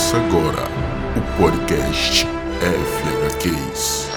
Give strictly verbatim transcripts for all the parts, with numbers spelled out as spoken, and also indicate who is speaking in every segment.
Speaker 1: Começa agora o podcast F H Qs.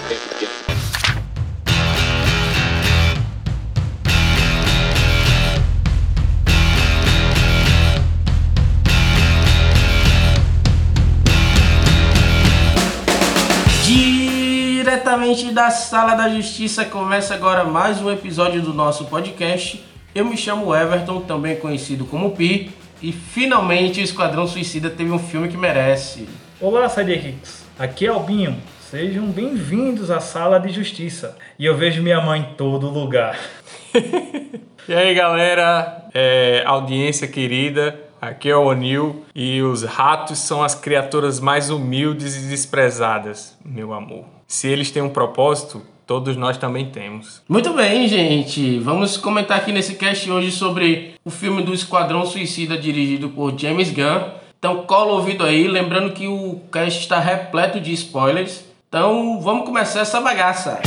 Speaker 2: Diretamente da Sala da Justiça, começa agora mais um episódio do nosso podcast. Eu me chamo Everton, também conhecido como Pi, e finalmente o Esquadrão Suicida teve um filme que merece.
Speaker 3: Olá, Sidekicks! Aqui é Albinho. Sejam bem-vindos à Sala de Justiça. E eu vejo minha mãe em todo lugar.
Speaker 4: E aí, galera, é, audiência querida, aqui é o O'Neill e os ratos são as criaturas mais humildes e desprezadas, meu amor. Se eles têm um propósito, todos nós também temos.
Speaker 2: Muito bem, gente. Vamos comentar aqui nesse cast hoje sobre o filme do Esquadrão Suicida dirigido por James Gunn. Então cola o ouvido aí, lembrando que o cast está repleto de spoilers. Então vamos começar essa bagaça.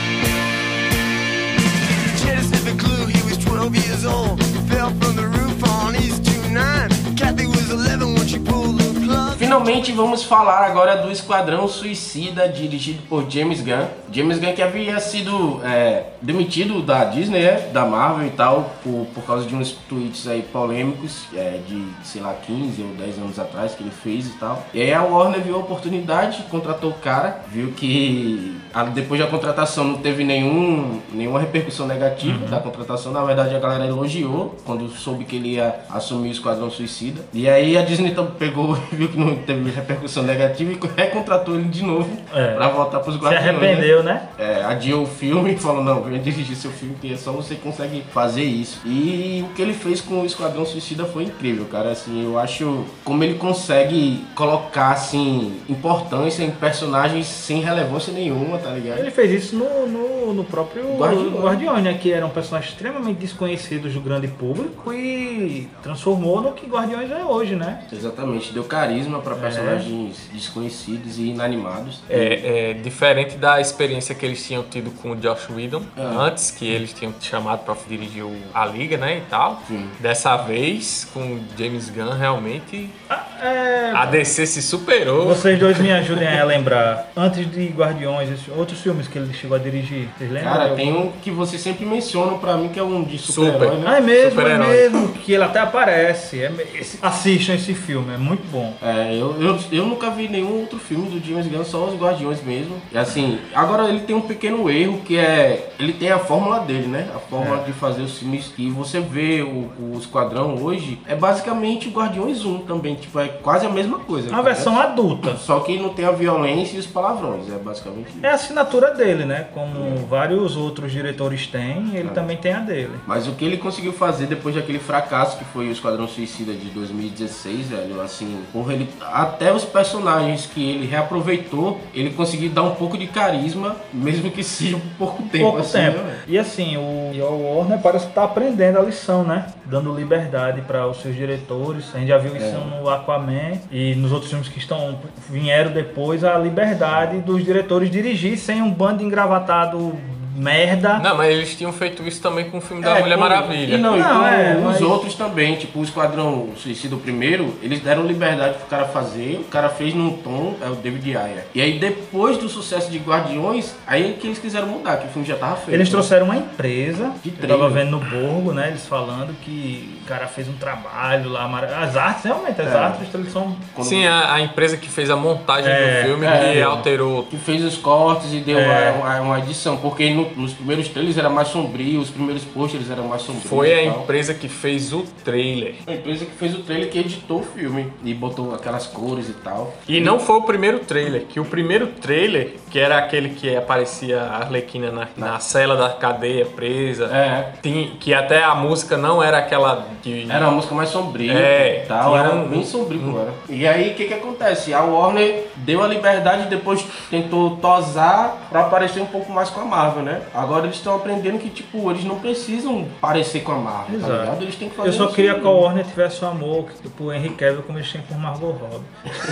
Speaker 2: Finalmente vamos falar agora do Esquadrão Suicida, dirigido por James Gunn. James Gunn que havia sido é, demitido da Disney, né, da Marvel e tal, por, por causa de uns tweets aí polêmicos é, de, sei lá, quinze ou dez anos atrás que ele fez e tal. E aí a Warner viu a oportunidade, contratou o cara, viu que a, depois da contratação não teve nenhum, nenhuma repercussão negativa uhum. da contratação. Na verdade a galera elogiou quando soube que ele ia assumir o Esquadrão Suicida. E aí a Disney pegou e viu que não teve repercussão negativa e recontratou ele de novo é. pra voltar pros Guardiões.
Speaker 3: Se arrependeu, né?
Speaker 2: né? É, adiou o filme e falou, não, venha dirigir seu filme, que é só você que consegue fazer isso. E o que ele fez com o Esquadrão Suicida foi incrível, cara. Assim, eu acho como ele consegue colocar, assim, importância em personagens sem relevância nenhuma, tá ligado?
Speaker 3: Ele fez isso no, no, no próprio Guardiões, Guardiões, né? Que era um personagem extremamente desconhecido do grande público e transformou no que Guardiões é hoje, né?
Speaker 2: Exatamente, deu carisma pra personagens é. desconhecidos e inanimados.
Speaker 4: É, é diferente da experiência que eles tinham tido com o Joss Whedon, é. antes que eles tinham chamado pra dirigir o, a Liga, né, e tal. Sim. Dessa vez, com o James Gunn, realmente, ah, é... a D C se superou.
Speaker 3: Vocês dois me ajudem a lembrar, antes de Guardiões, outros filmes que ele chegou a dirigir, vocês lembram?
Speaker 2: Cara, tem um que vocês sempre mencionam pra mim, que é um de super-herói,
Speaker 4: super.
Speaker 2: né?
Speaker 3: Ah, é mesmo, é mesmo, que ele até aparece. É, esse, assistam esse filme, é muito bom.
Speaker 2: É, eu, eu, eu nunca vi nenhum outro filme do James Gunn, só os Guardiões mesmo. E assim, agora ele tem um pequeno erro, que é, ele tem a fórmula dele, né? A fórmula é. de fazer os filmes que você vê o, o Esquadrão hoje, é basicamente o Guardiões um também, tipo, é quase a mesma coisa.
Speaker 3: A versão adulta.
Speaker 2: Só que não tem a violência e os palavrões, é basicamente isso.
Speaker 3: É a assinatura dele, né? Como é. vários outros diretores têm, ele é. também tem a dele.
Speaker 2: Mas o que ele conseguiu fazer depois daquele fracasso que foi o Esquadrão Suicida de dois mil e dezesseis, velho, assim, porra, ele, até os personagens que ele reaproveitou, ele conseguiu dar um pouco de carisma, mesmo que seja por pouco tempo.
Speaker 3: Pouco
Speaker 2: assim,
Speaker 3: tempo.
Speaker 2: Né?
Speaker 3: E assim, o, e o Warner parece que tá aprendendo a lição, né? Dando liberdade para os seus diretores. A gente já viu isso é. no Aquaman e nos outros filmes que estão vieram depois, a liberdade dos diretores dirigir sem um bando engravatado merda.
Speaker 4: Não, mas eles tinham feito isso também com o filme da
Speaker 2: é,
Speaker 4: Mulher
Speaker 2: com,
Speaker 4: Maravilha.
Speaker 2: E não,
Speaker 3: não
Speaker 2: e
Speaker 3: é,
Speaker 2: os
Speaker 3: mas...
Speaker 2: outros também, tipo o Esquadrão Suicida primeiro, eles deram liberdade pro cara fazer, o cara fez num tom, é o David Ayer. E aí depois do sucesso de Guardiões, aí que eles quiseram mudar, que o filme já tava feito.
Speaker 3: Eles trouxeram uma empresa,
Speaker 2: de
Speaker 3: eu tava vendo no Borgo, né, eles falando que o cara fez um trabalho lá, as artes, realmente, as é. artes eles são...
Speaker 4: Sim, a, a empresa que fez a montagem é, do filme, é, que é, alterou.
Speaker 2: Que fez os cortes e deu é. uma, uma edição, porque no, nos primeiros trailers era mais sombrio, os primeiros posters eram mais sombrios.
Speaker 4: Foi a empresa que fez o trailer.
Speaker 2: A empresa que fez o trailer que editou o filme e botou aquelas cores e tal.
Speaker 4: E não foi o primeiro trailer, que o primeiro trailer, que era aquele que aparecia a Arlequina na, na cela da cadeia presa,
Speaker 2: é.
Speaker 4: tem, que até a música não era aquela que...
Speaker 2: Era uma música mais sombria
Speaker 4: é,
Speaker 2: e tal, era um, bem sombrio, um, era. E aí o que que acontece? A Warner deu a liberdade e depois tentou tosar pra parecer um pouco mais com a Marvel, né? Agora eles estão aprendendo que, tipo, eles não precisam parecer com a Marvel,
Speaker 3: Exato.
Speaker 2: Tá ligado? Eles têm que fazer.
Speaker 3: Eu só
Speaker 2: assim,
Speaker 3: queria que a Warner tivesse o amor, que, tipo, o Henry Cavill como eles têm por Margot Robbie.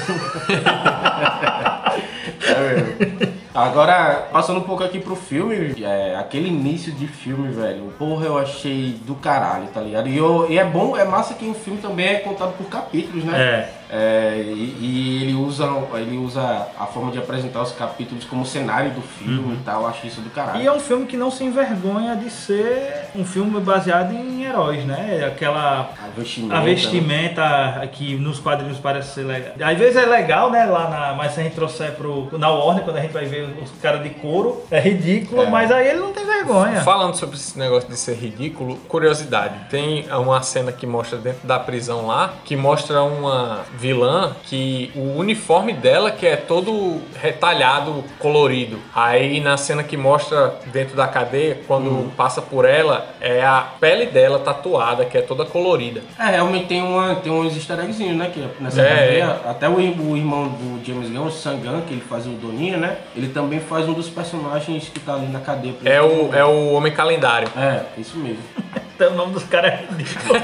Speaker 2: É mesmo. Agora, passando um pouco aqui pro filme, é, aquele início de filme, velho, porra, eu achei do caralho, tá ligado? E, eu, e é bom, é massa que o filme também é contado por capítulos, né?
Speaker 3: É.
Speaker 2: É, e, e ele usa ele usa a forma de apresentar os capítulos como cenário do filme uhum. e tal, eu acho isso do caralho.
Speaker 3: E é um filme que não se envergonha de ser um filme baseado em heróis, né? Aquela
Speaker 2: a vestimenta,
Speaker 3: a vestimenta né? que nos quadrinhos parece ser legal. Às vezes é legal, né? Lá na, mas se a gente trouxer pro, na Warner, quando a gente vai ver os caras de couro, é ridículo, é. Mas aí ele não tem vergonha.
Speaker 4: Falando sobre esse negócio de ser ridículo, curiosidade, tem uma cena que mostra dentro da prisão lá, que mostra uma vilã que o uniforme dela que é todo retalhado, colorido. Aí na cena que mostra dentro da cadeia, quando uhum. passa por ela, é a pele dela tatuada, que é toda colorida.
Speaker 2: É, realmente tem, uma, tem uns easter eggzinhos, né? Que nessa é, cadeia, até o, o irmão do James Gunn, o Sangan, que ele faz o Doninha, né? Ele também faz um dos personagens que tá ali na cadeia.
Speaker 4: É o, é o Homem Calendário.
Speaker 2: É, isso mesmo.
Speaker 3: Até o nome dos caras é ridículo.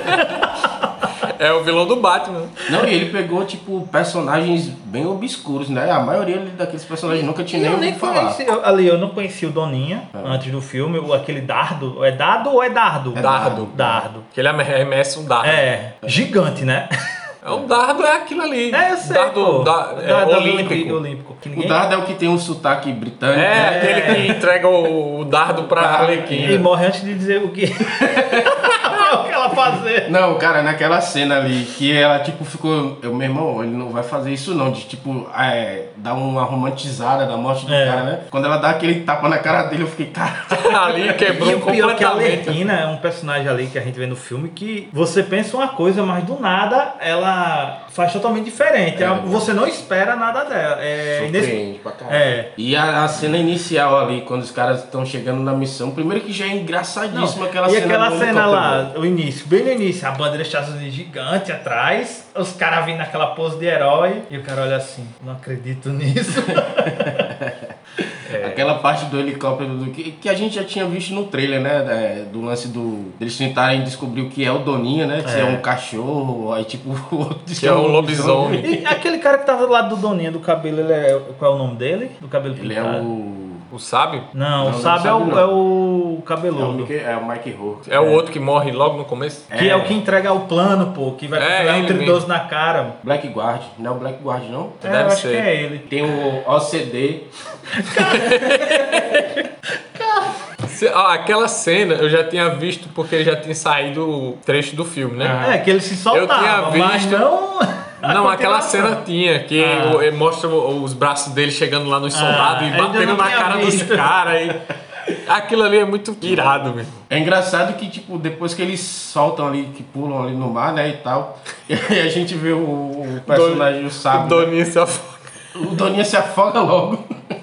Speaker 4: É o vilão do Batman.
Speaker 2: Não, e ele pegou, tipo, personagens bem obscuros, né? A maioria daqueles personagens nunca tinha nem ouvido falar.
Speaker 3: Conheci, eu, ali, eu não conhecia o Doninha é. antes do filme, o, aquele dardo. É dardo ou é dardo?
Speaker 4: É dardo.
Speaker 3: Dardo.
Speaker 4: Que ele arremessa um dardo.
Speaker 3: É, gigante, né?
Speaker 4: É, o dardo é aquilo ali.
Speaker 3: É, eu sei,
Speaker 4: dardo, da, é,
Speaker 3: dardo
Speaker 4: olímpico.
Speaker 3: olímpico.
Speaker 2: Ninguém... O dardo é o que tem um sotaque britânico.
Speaker 4: É, é. aquele que entrega o, o dardo pra Arlequina.
Speaker 3: E morre antes de dizer o que... o que ela fazer.
Speaker 2: Não, cara, naquela cena ali, que ela, tipo, ficou... Eu, meu irmão, ele não vai fazer isso não, de, tipo, é, dar uma romantizada da morte do é. cara, né? Quando ela dá aquele tapa na cara dele, eu fiquei, cara...
Speaker 4: ali quebrou
Speaker 3: e o pior
Speaker 4: completamente.
Speaker 3: Que a Arlequina é um personagem ali que a gente vê no filme que você pensa uma coisa, mas do nada ela faz totalmente diferente. É. Você não espera nada dela. É
Speaker 2: Surpreende pra caralho. É. E a, a cena inicial ali, quando os caras estão chegando na missão, primeiro que já é engraçadíssima aquela
Speaker 3: e
Speaker 2: cena.
Speaker 3: E aquela cena lá, o início, bem no início, a bandeira dos Estados Unidos gigante atrás, os caras vindo naquela pose de herói, e o cara olha assim, não acredito nisso.
Speaker 2: É. Aquela parte do helicóptero do, que, que a gente já tinha visto no trailer, né? É, do lance do. Eles tentarem descobrir o que é o Doninha, né? Se é, é um cachorro, aí tipo o outro diz
Speaker 4: que é um lobisomem.
Speaker 3: lobisomem. E aquele cara que tava do lado do Doninha, do cabelo, ele é. Qual é o nome dele? Do cabelo
Speaker 2: Ele pintado. É o.
Speaker 4: O sábio?
Speaker 3: Não, não o sábio, não é, o, é o cabeludo.
Speaker 2: É o, Mickey, é o Mike Rourke.
Speaker 4: É, é o outro que morre logo no começo?
Speaker 3: Que é, é o que entrega o plano, pô. Que vai
Speaker 4: é,
Speaker 3: pegar um tridoso na cara.
Speaker 2: Blackguard. Não é o Blackguard, não?
Speaker 3: É, Deve eu acho ser. Que é ele.
Speaker 2: Tem o O C D.
Speaker 4: Ah, aquela cena eu já tinha visto porque já tinha saído o trecho do filme, né?
Speaker 3: É, que ele se soltava,
Speaker 4: eu tinha visto...
Speaker 3: mas não...
Speaker 4: Não, aquela cena tinha, que ah. mostra os braços dele chegando lá nos soldados ah, e batendo na cara visto. dos caras. E... Aquilo ali é muito irado, mesmo.
Speaker 2: É engraçado que, tipo, depois que eles soltam ali, que pulam ali no mar, né, e tal, e a gente vê o, o personagem, Don, o sábio.
Speaker 4: O Doninha né? se afoga.
Speaker 2: O Doninha se afoga logo.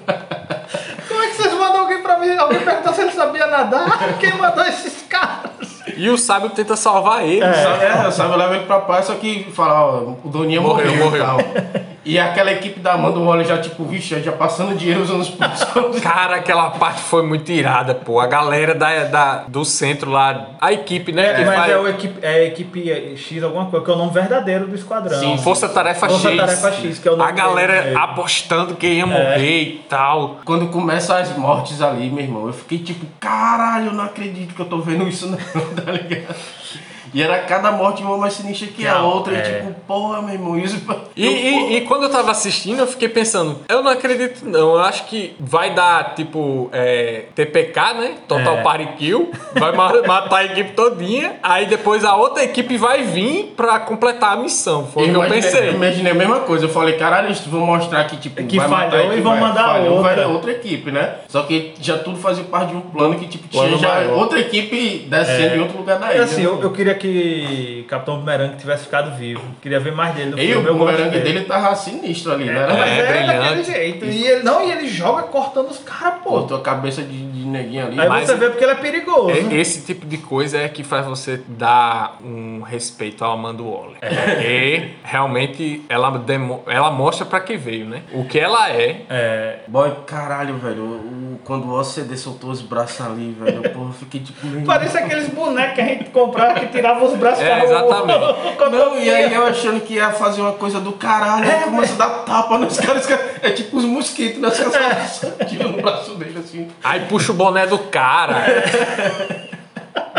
Speaker 3: Como é que vocês mandam alguém pra mim? Alguém perguntou se ele sabia nadar? Quem mandou esses caras?
Speaker 4: E o sábio tenta salvar ele.
Speaker 2: É, é o sábio leva ele pra paz, só que fala, ó, o Doninha morreu, morreu, morreu. E tal. E aquela equipe da Amanda Waller já, tipo, vixe, já passando dinheiro usando os pontos.
Speaker 4: Cara, aquela parte foi muito irada, pô. A galera da, da, do centro lá, a equipe, né?
Speaker 3: É,
Speaker 4: que
Speaker 3: mas
Speaker 4: faz...
Speaker 3: é, o equipe, é a equipe X, alguma coisa, que é o nome verdadeiro do esquadrão.
Speaker 4: Sim, Força Tarefa
Speaker 3: Força
Speaker 4: X.
Speaker 3: Tarefa X, que é o nome
Speaker 4: A galera
Speaker 3: dele.
Speaker 4: apostando que ia morrer é. e tal.
Speaker 2: Quando começam as mortes ali, meu irmão, eu fiquei tipo, caralho, eu não acredito que eu tô vendo isso não, tá ligado? E era cada morte uma mais sinistra que a outra. É. E tipo, porra, meu irmão, isso...
Speaker 4: E, eu, e, e quando eu tava assistindo, eu fiquei pensando, eu não acredito não, eu acho que vai dar, tipo, é, T P K, né? Total é. Party Kill, vai matar a equipe todinha, aí depois a outra equipe vai vir pra completar a missão. Foi o que eu pensei.
Speaker 2: Eu imaginei a mesma coisa, eu falei, caralho, eles vão mostrar que, tipo,
Speaker 3: que
Speaker 2: vai
Speaker 3: falhou
Speaker 2: matar a equipe,
Speaker 3: e vão
Speaker 2: vai,
Speaker 3: mandar
Speaker 2: falhou,
Speaker 3: outra.
Speaker 2: Vai outra equipe, né? Só que já tudo fazia parte de um plano que, tipo, tinha já
Speaker 4: maior.
Speaker 2: outra equipe descendo
Speaker 3: é.
Speaker 2: em outro lugar da ilha.
Speaker 3: Assim, eu, eu queria que Capitão Boomerang tivesse ficado vivo. Queria ver mais dele no
Speaker 2: e
Speaker 3: filme.
Speaker 2: E o Boomerang dele. dele tava sinistro ali, né?
Speaker 3: É, mas
Speaker 4: é,
Speaker 3: é
Speaker 4: brilhante.
Speaker 3: daquele jeito. E ele, não, e ele joga cortando os caras, pô.
Speaker 2: Botou a cabeça de, de neguinho ali.
Speaker 3: Aí
Speaker 4: mas
Speaker 3: você vê porque ele é perigoso.
Speaker 4: Esse tipo de coisa é que faz você dar um respeito ao Amanda Waller. É. E realmente ela, demo, ela mostra pra que veio, né? O que ela é.
Speaker 2: É. Boy, caralho, velho. O, quando o O C D soltou os braços ali, velho, eu, porra, fiquei tipo. Meio...
Speaker 3: Parece aqueles bonecos que a gente comprava que tirava os braços.
Speaker 4: É, exatamente.
Speaker 2: Não, e aí eu achando que ia fazer uma coisa do caralho, é, aí começa a dar tapa nos caras, é tipo os mosquitos, né? Os caras tiram no braço dele assim.
Speaker 4: Aí puxa o boné do cara.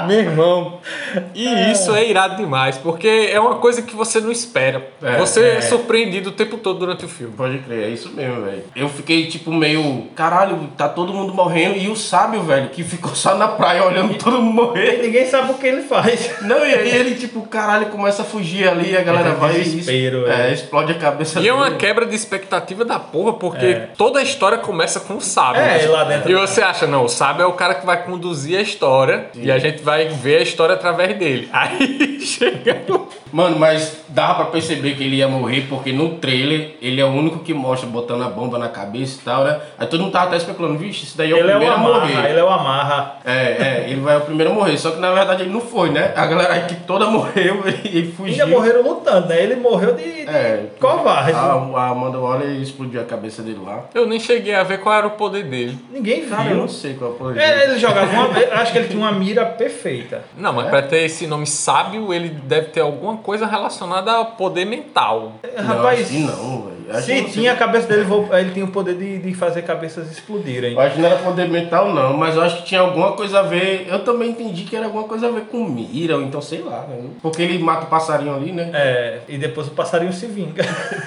Speaker 4: Meu irmão. E isso é irado demais, porque é uma coisa que você não espera.
Speaker 2: É,
Speaker 4: você é.
Speaker 3: é.
Speaker 4: surpreendido o tempo todo durante o filme.
Speaker 2: Pode crer, é isso mesmo, velho. Eu fiquei, tipo, meio... Caralho, tá todo mundo morrendo. E o sábio, velho, que ficou só na praia olhando todo mundo
Speaker 3: E
Speaker 2: morrer.
Speaker 3: ninguém sabe o que ele faz.
Speaker 2: Não, e aí ele, tipo, caralho, começa a fugir ali. E a galera
Speaker 3: É
Speaker 2: vai e
Speaker 3: desespero,
Speaker 2: é,
Speaker 3: é.
Speaker 2: explode a cabeça
Speaker 4: E
Speaker 2: dele.
Speaker 4: é uma quebra de expectativa da porra, porque
Speaker 3: É.
Speaker 4: toda a história começa com o sábio.
Speaker 3: É,
Speaker 4: né?
Speaker 3: e lá dentro-
Speaker 4: E você acha, não, o sábio é o cara que vai conduzir a história e a gente vai ver a história através dele. Aí chega no...
Speaker 2: Mano, mas dava pra perceber que ele ia morrer, porque no trailer ele é o único que mostra botando a bomba na cabeça e tal, né? Aí todo mundo tava até especulando, vixe, esse daí é o
Speaker 3: Ele é o
Speaker 2: primeiro a
Speaker 3: amarra,
Speaker 2: morrer.
Speaker 3: ele é o amarra.
Speaker 2: É, é, ele vai o primeiro a morrer, só que na verdade ele não foi, né? A galera aqui toda morreu e ele fugiu.
Speaker 3: Ainda morreram lutando, né? Ele morreu de, de
Speaker 2: É,
Speaker 3: covarde.
Speaker 2: A, a Amanda Waller explodiu a cabeça dele lá.
Speaker 4: Eu nem cheguei a ver qual era o poder dele.
Speaker 3: Ninguém
Speaker 2: Cara, eu
Speaker 3: viu.
Speaker 2: não sei qual foi.
Speaker 3: É, ele jogava uma... eu acho que ele tinha uma mira perfeita.
Speaker 4: Não, mas
Speaker 2: É?
Speaker 4: pra ter esse nome sábio, ele deve ter alguma coisa relacionada ao poder mental.
Speaker 3: Rapaz,
Speaker 2: Não, acho que não, velho. Acho que
Speaker 3: se
Speaker 2: não
Speaker 3: tinha a
Speaker 2: sei.
Speaker 3: cabeça dele, vo- ele tinha o poder de, de fazer cabeças explodirem.
Speaker 2: Eu acho que não era poder mental, não, mas eu acho que tinha alguma coisa a ver. Eu também entendi que era alguma coisa a ver com mira, ou então sei lá, né? Porque ele mata o passarinho ali, né?
Speaker 3: É, e depois o passarinho se vinga.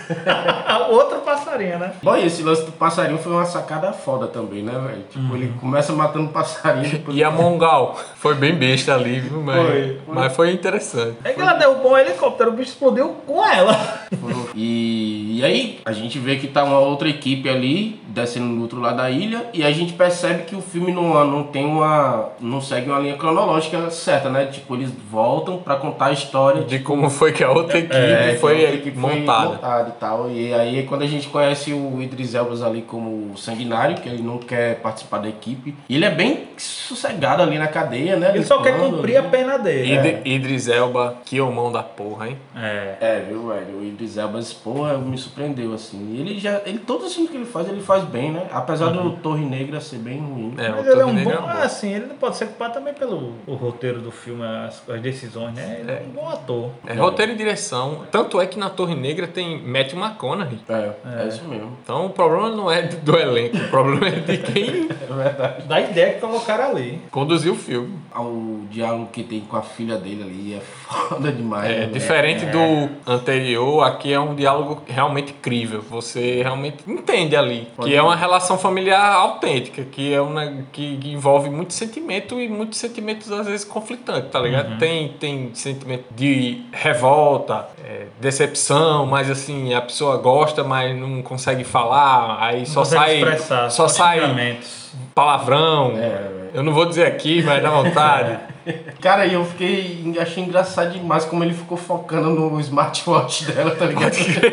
Speaker 3: Outro passarinho, né?
Speaker 2: Bom, e esse lance do passarinho foi uma sacada foda também, né, velho? Tipo, ele começa matando passarinho. Depois...
Speaker 4: E a Mongal foi bem besta ali, viu? Mas
Speaker 2: Foi,
Speaker 4: foi,
Speaker 2: foi.
Speaker 4: mas foi interessante.
Speaker 3: É que ela derrubou um helicóptero, o bicho explodiu com ela.
Speaker 2: E, e aí, a gente vê que tá uma outra equipe ali, descendo do outro lado da ilha, e a gente percebe que o filme não, não tem uma. Não segue uma linha cronológica certa, né? Tipo, eles voltam pra contar a história
Speaker 4: De como foi que a outra equipe
Speaker 2: É, que
Speaker 4: foi
Speaker 2: a outra equipe foi
Speaker 4: montada.
Speaker 2: montada e tal. E aí quando a gente conhece o Idris Elba ali como sanguinário, que ele não quer participar da equipe. E ele é bem sossegado ali na cadeia, né?
Speaker 3: Ele só quer
Speaker 2: limpando
Speaker 3: cumprir a
Speaker 2: ali.
Speaker 3: pena dele.
Speaker 4: Id- Idris Elba, que mão da porra, hein?
Speaker 3: É.
Speaker 2: É, viu, velho? O Idris Elba, porra, me surpreendeu, assim. E ele já... Ele, todo filme que ele faz, ele faz bem, né? Apesar do Torre Negra ser bem ruim.
Speaker 4: É,
Speaker 3: Mas
Speaker 4: o
Speaker 3: ele é
Speaker 4: Torre
Speaker 3: um
Speaker 4: Negra
Speaker 3: bom.
Speaker 4: é um bom.
Speaker 3: Ah, assim, ele não pode ser culpado também pelo o roteiro do filme, as, as decisões, né? Ele é, um bom ator.
Speaker 4: É, roteiro e direção. Tanto é que na Torre Negra tem Matthew McConaughey.
Speaker 2: É, é, isso mesmo.
Speaker 4: Então o problema não é do elenco, o problema é de quem
Speaker 2: É verdade.
Speaker 3: Da ideia que colocaram ali.
Speaker 4: conduziu o filme.
Speaker 2: O diálogo que tem com a filha dele ali é foda demais.
Speaker 4: É,
Speaker 2: né,
Speaker 4: diferente
Speaker 3: É.
Speaker 4: do anterior, aqui é um diálogo realmente crível. Você realmente entende ali
Speaker 2: Pode
Speaker 4: que é
Speaker 2: ver.
Speaker 4: uma relação familiar autêntica, que é uma que, que envolve muito sentimento e muitos sentimentos às vezes conflitantes, tá ligado? Tem tem sentimento de revolta, é, decepção, mas assim a pessoa gosta, mas não consegue falar, aí só
Speaker 3: consegue
Speaker 4: sai
Speaker 3: expressar,
Speaker 4: só
Speaker 3: só
Speaker 4: sai
Speaker 3: xingamentos.
Speaker 4: palavrão.
Speaker 2: É,
Speaker 4: Eu não vou dizer aqui, mas dá vontade.
Speaker 2: Cara, e eu fiquei. Achei engraçado demais como ele ficou focando no smartwatch dela, tá ligado?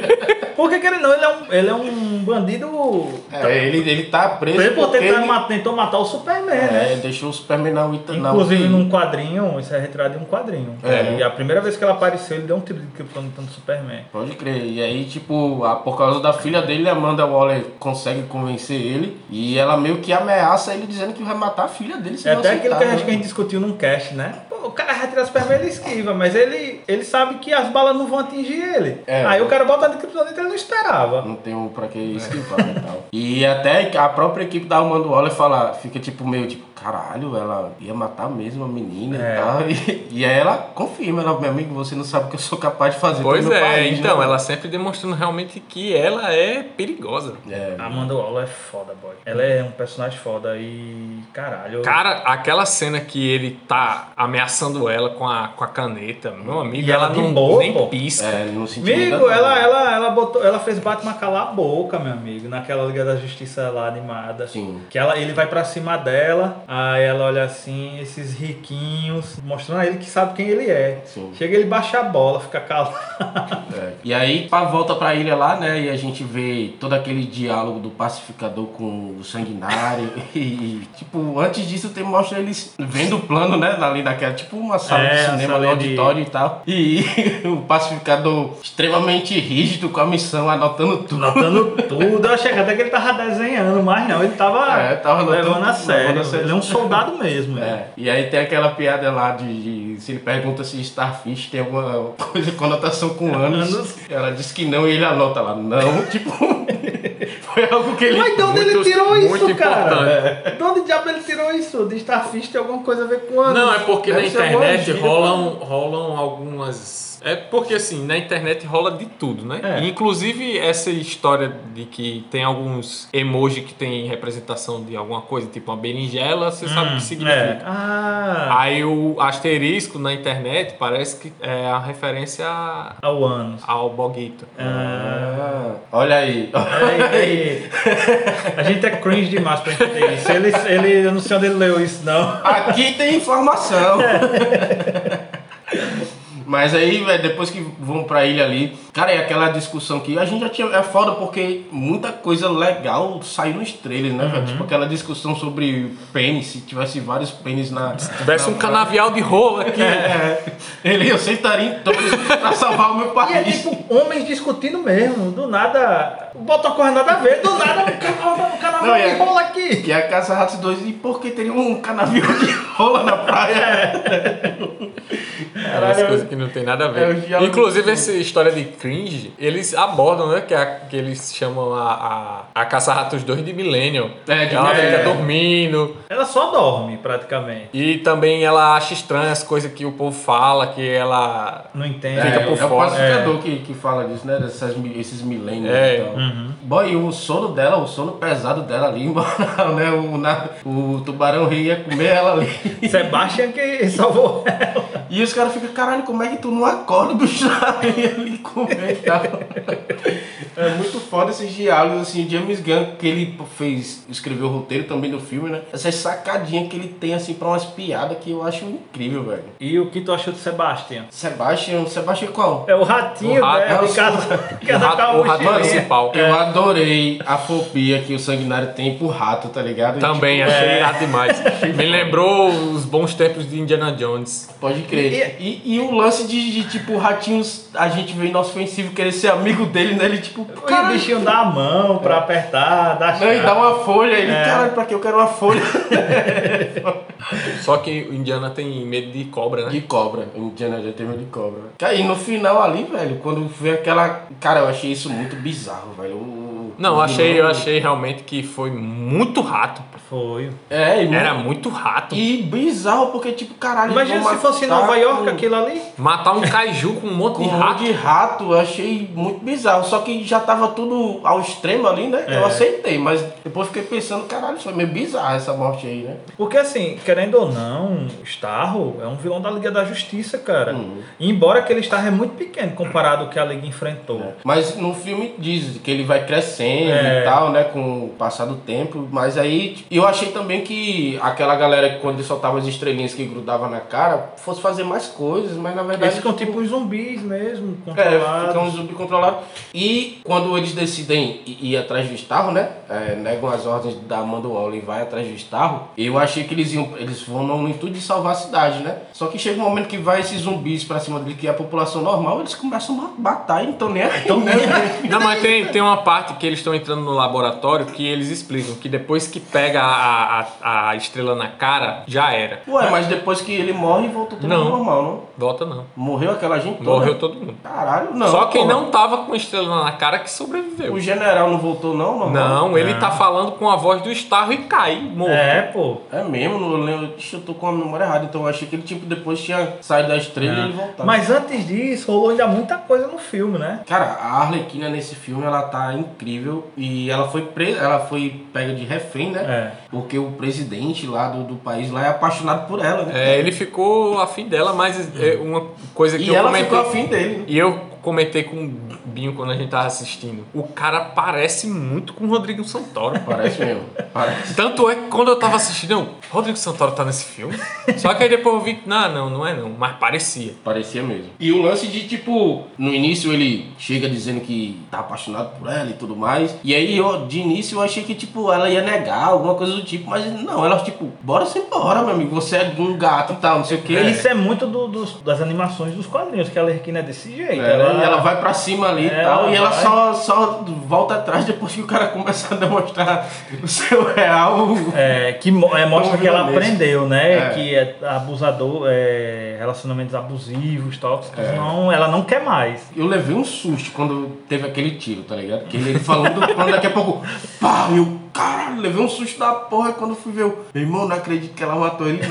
Speaker 3: Por que, que ele não? Ele é um, ele é um bandido.
Speaker 2: É, ele, ele tá preso.
Speaker 3: Ele por
Speaker 2: porque
Speaker 3: tentar
Speaker 2: ele-
Speaker 3: ma- tentou matar o Superman, né?
Speaker 2: É, deixou o Superman na U I T. na
Speaker 3: Inclusive
Speaker 2: U T I.
Speaker 3: num quadrinho, isso é retirado em um quadrinho.
Speaker 2: É.
Speaker 3: E a primeira vez que ela apareceu, ele deu um tiro de criptonita no Superman.
Speaker 2: Pode crer. E aí, tipo, a- por causa da filha dele, a Amanda Waller consegue convencer ele. E ela meio que ameaça ele dizendo que vai matar a filha dele se
Speaker 3: É
Speaker 2: não
Speaker 3: até aquilo
Speaker 2: aceitar,
Speaker 3: que a gente,
Speaker 2: né?
Speaker 3: que a gente discutiu num cast, né? Pô, o cara retira o Superman, ele esquiva, mas ele, ele sabe que as balas não vão atingir ele.
Speaker 2: É.
Speaker 3: Aí o cara bota de criptonita e ele não esperava.
Speaker 2: Não tem um pra que esquivar e tal. E até a própria equipe da Amanda Waller fala, fica tipo meio tipo, caralho, ela ia matar mesmo a menina
Speaker 3: É.
Speaker 2: e tal. E, e aí ela confirma, ela, meu amigo, você não sabe o que eu sou capaz de fazer
Speaker 4: Pois
Speaker 2: pelo meu
Speaker 4: é,
Speaker 2: país,
Speaker 4: então,
Speaker 2: né?
Speaker 4: ela sempre demonstrando realmente que ela é perigosa.
Speaker 2: É,
Speaker 3: A Amanda Waller é foda, boy. Ela é um personagem foda e... Caralho.
Speaker 4: Cara, aquela cena que ele tá ameaçando ela com a, com a caneta, meu amigo,
Speaker 3: E ela
Speaker 4: ela
Speaker 3: de
Speaker 4: não
Speaker 3: boa,
Speaker 4: nem
Speaker 3: pô.
Speaker 4: pisca.
Speaker 2: é, não senti
Speaker 3: Amigo, ela, ela, ela, botou, ela fez Batman calar a boca, meu amigo, naquela Liga da Justiça lá animada.
Speaker 2: Sim.
Speaker 3: Que ela, ele vai pra cima dela, aí ela olha assim, esses riquinhos, mostrando a ele que sabe quem ele é.
Speaker 2: Sim.
Speaker 3: Chega ele baixa a bola, fica calado.
Speaker 2: É. E aí, pá, volta pra ilha lá, né? E a gente vê todo aquele diálogo do pacificador com o sanguinário. E, tipo, antes disso, tem, mostra eles vendo o plano, né? Ali naquela, tipo, uma sala
Speaker 3: É,
Speaker 2: de
Speaker 3: a
Speaker 2: cinema,
Speaker 3: sala
Speaker 2: no
Speaker 3: de-
Speaker 2: auditório e tal. E o pacificador extremamente rígido com a missão, anotando tudo.
Speaker 3: Notando tudo, eu achei que até que ele tava desenhando, mas não, ele tava,
Speaker 2: É, tava
Speaker 3: levando
Speaker 2: notando
Speaker 3: a
Speaker 2: tudo,
Speaker 3: sério.
Speaker 2: levando a sério.
Speaker 3: Ele é um soldado mesmo. né?
Speaker 2: É, e aí tem aquela piada lá de, de- se ele pergunta se Starfish tem alguma coisa, conotação com anos,
Speaker 3: Anos.
Speaker 2: ela diz que não e ele anota lá, não, tipo, Foi algo que ele...
Speaker 3: Mas de onde
Speaker 4: Muito-
Speaker 3: ele tirou isso,
Speaker 4: muito
Speaker 3: cara? De onde diabo ele tirou isso? De Starfish tem alguma coisa a ver com anos?
Speaker 4: Não, é porque
Speaker 2: Deve
Speaker 4: na
Speaker 2: ser alguma
Speaker 4: internet
Speaker 2: gíria,
Speaker 4: rolam, rolam algumas... É porque assim, na internet rola de tudo, né?
Speaker 3: É.
Speaker 4: Inclusive essa história de que tem alguns emoji que tem representação de alguma coisa, tipo uma berinjela, você sabe o que
Speaker 3: É.
Speaker 4: significa.
Speaker 3: Ah,
Speaker 4: Aí o asterisco na internet parece que é a referência a-
Speaker 3: ao anos.
Speaker 4: ao Boguito.
Speaker 3: Ah.
Speaker 2: Ah, olha aí.
Speaker 3: Aí, aí. A gente é cringe demais pra entender isso. Ele, ele, eu não sei onde ele leu isso, não.
Speaker 2: Aqui tem informação. Mas aí, velho, depois que vão pra ilha ali, cara, é aquela discussão que a gente já tinha. É foda porque muita coisa legal saiu nos trailers, né, velho? Tipo aquela discussão sobre pênis, se tivesse vários pênis na.
Speaker 4: Se tivesse
Speaker 2: na-
Speaker 4: um canavial de rola aqui.
Speaker 2: É, ele eu sentaria em todos pra salvar o meu
Speaker 3: E é
Speaker 2: país.
Speaker 3: tipo homens discutindo mesmo. Do nada. Bota uma coisa nada a ver. Do nada um canal, um canal
Speaker 2: Não,
Speaker 3: de
Speaker 2: é-
Speaker 3: rola aqui.
Speaker 2: Que é a Caça Ratos dois. E por que teria um canavial de rola na praia?
Speaker 4: Aquelas coisas que não tem nada a
Speaker 2: É,
Speaker 4: ver.
Speaker 2: eu já-
Speaker 4: Inclusive, essa história de cringe, eles abordam, né? Que, é a- que eles chamam a, a, a Caça-Ratos dois de Millennium.
Speaker 2: É, de
Speaker 4: ela
Speaker 2: Millennium.
Speaker 4: fica dormindo.
Speaker 3: Ela só dorme, praticamente.
Speaker 4: E também ela acha estranha as coisas que o povo fala, que ela...
Speaker 3: Não entende.
Speaker 4: Fica
Speaker 2: É,
Speaker 4: por
Speaker 2: é o
Speaker 4: fora.
Speaker 2: pacificador que, que fala disso, né? Dessas, mi- esses milênios
Speaker 4: É.
Speaker 2: e tal.
Speaker 3: Uhum.
Speaker 2: Boy, e o sono dela, o sono pesado dela ali, moral, né? O, na, o tubarão rei ia comer ela ali.
Speaker 3: Sebastian que salvou ela.
Speaker 2: E os caras ficam, caralho, como é que tu não acorda, bicho? Aí ali comer e tal. É muito foda esses diálogos, assim, o James Gunn, que ele fez, escreveu o roteiro também do filme, né? Essa sacadinha que ele tem, assim, pra umas piadas que eu acho incrível, velho.
Speaker 3: E o que tu achou de Sebastian?
Speaker 2: Sebastian, Sebastian qual?
Speaker 3: É o ratinho,
Speaker 4: O rato-
Speaker 3: né?
Speaker 2: é o-
Speaker 3: De cada,
Speaker 4: O
Speaker 3: cada
Speaker 4: rato, o rato
Speaker 3: mochilinha.
Speaker 4: principal.
Speaker 2: Eu adorei a fobia que o Sanguinário tem pro rato, tá ligado?
Speaker 4: Também,
Speaker 2: Tipo,
Speaker 4: achei irado demais. Me lembrou os bons tempos de Indiana Jones.
Speaker 2: pode crer. E, e o lance de, de, tipo, ratinhos, a gente vê inofensivo querer ser amigo dele, né? Ele, tipo,
Speaker 3: O
Speaker 2: caralho,
Speaker 3: bichinho dá a mão pra apertar, dá
Speaker 2: não, e dá uma folha. Ele,
Speaker 3: É.
Speaker 2: caralho, pra que eu quero uma folha?
Speaker 4: Só que o Indiana tem medo de cobra, né?
Speaker 2: De cobra. O Indiana Jones tem medo de cobra. Cara, e no final ali, velho, quando vê aquela... Cara, eu achei isso muito bizarro, velho. O-
Speaker 4: Não,
Speaker 2: o
Speaker 4: achei,
Speaker 2: vilão-
Speaker 4: eu achei realmente que foi muito rato.
Speaker 3: Foi.
Speaker 2: É, e
Speaker 4: Era
Speaker 2: muito...
Speaker 4: muito rato.
Speaker 2: E bizarro, porque, tipo, caralho...
Speaker 3: Imagina
Speaker 2: vão
Speaker 3: se fosse em
Speaker 2: matar
Speaker 3: Nova York
Speaker 2: com-
Speaker 3: aquilo ali.
Speaker 4: Matar um kaiju com um monte
Speaker 2: Com
Speaker 4: de
Speaker 2: um
Speaker 4: rato.
Speaker 2: monte de rato, eu achei muito bizarro. Só que já tava tudo ao extremo ali, né?
Speaker 3: É.
Speaker 2: Eu aceitei, mas depois fiquei pensando, caralho, isso foi meio bizarro essa morte aí, né?
Speaker 3: Porque assim, querendo ou não, Starro é um vilão da Liga da Justiça, cara.
Speaker 2: Uhum.
Speaker 3: E embora aquele Starro é muito pequeno comparado ao que a Liga enfrentou.
Speaker 2: Mas no filme diz que ele vai crescendo
Speaker 3: É.
Speaker 2: e tal, né? Com o passar do tempo. Mas aí, tipo, eu achei também que aquela galera que quando ele soltava as estrelinhas que grudava na cara, fosse fazer mais coisas, mas na verdade...
Speaker 3: Eles ficam tipo uns zumbis mesmo,
Speaker 2: É,
Speaker 3: controlados.
Speaker 2: fica um zumbi controlado. E quando eles decidem ir, ir atrás do Starro, né? É, negam as ordens da Amanda Waller e vai atrás do Starro. Eu achei que eles iam, eles vão no intuito de salvar a cidade, né? Só que chega um momento que vai esses zumbis pra cima dele, que é a população normal, eles começam a matar e não estão nem aí. Então, né?
Speaker 4: Não, mas tem, tem uma parte que eles estão entrando no laboratório que eles explicam que depois que pega a, a, a estrela na cara, já era.
Speaker 2: Ué, mas depois que ele morre, voltou tudo
Speaker 4: Não.
Speaker 2: normal, não?
Speaker 4: Volta não.
Speaker 2: Morreu aquela gente toda?
Speaker 4: Morreu todo mundo.
Speaker 2: Caralho, não.
Speaker 4: Só quem
Speaker 2: porra.
Speaker 4: não tava com a estrela na cara que sobreviveu.
Speaker 2: O general não voltou, não? Normal?
Speaker 4: Não, ele tá falando com a voz do Starro e cai, morto.
Speaker 3: É, pô.
Speaker 2: É mesmo, não lembro. Ixi, eu tô com a memória errada, então eu achei que ele tipo, depois tinha saído da estrela e ele voltava.
Speaker 3: Mas antes disso, rolou ainda muita coisa no filme, né?
Speaker 2: Cara, a Arlequina nesse filme, ela tá incrível e ela foi presa, ela foi pega de refém, né?
Speaker 3: É.
Speaker 2: Porque o presidente lá do, do país lá é apaixonado por ela, né?
Speaker 4: É, ele ficou afim dela, mas é uma coisa que
Speaker 2: E
Speaker 4: eu
Speaker 2: ela
Speaker 4: comentei...
Speaker 2: ficou afim dele, né?
Speaker 4: E eu comentei com o Binho quando a gente tava assistindo. O cara parece muito com o Rodrigo Santoro.
Speaker 2: Parece mesmo, parece.
Speaker 4: Tanto é que quando eu tava assistindo, eu, Rodrigo Santoro tá nesse filme? Só que aí depois eu vi, não, não, não é não, mas parecia.
Speaker 2: Parecia mesmo. E o lance de, tipo, no início ele chega dizendo que tá apaixonado por ela e tudo mais. E aí, eu, de início, eu achei que, tipo, ela ia negar alguma coisa do tipo. Mas não, ela, tipo, bora se embora, meu amigo. Você é um gato e tal, não sei o quê.
Speaker 3: Isso é muito do- dos- das animações dos quadrinhos, que a Arlequina é desse jeito.
Speaker 2: É,
Speaker 3: ela Ela-
Speaker 2: e ela vai pra cima ali
Speaker 3: É,
Speaker 2: e tal.
Speaker 3: ela
Speaker 2: E ela
Speaker 3: vai.
Speaker 2: só, só volta atrás depois que o cara começa a demonstrar o seu real.
Speaker 3: É, que mo- é, mostra
Speaker 2: Como
Speaker 3: que ela
Speaker 2: violência.
Speaker 3: aprendeu, né?
Speaker 2: É.
Speaker 3: Que é abusador, é, relacionamentos abusivos, tóxicos,
Speaker 2: É.
Speaker 3: não, ela não quer mais.
Speaker 2: Eu levei um susto quando teve aquele tiro, tá ligado? Que ele falando, quando daqui a pouco, pá, e eu, caralho, levei um susto da porra. E quando eu fui ver, eu, meu irmão, não acredito que ela matou ele,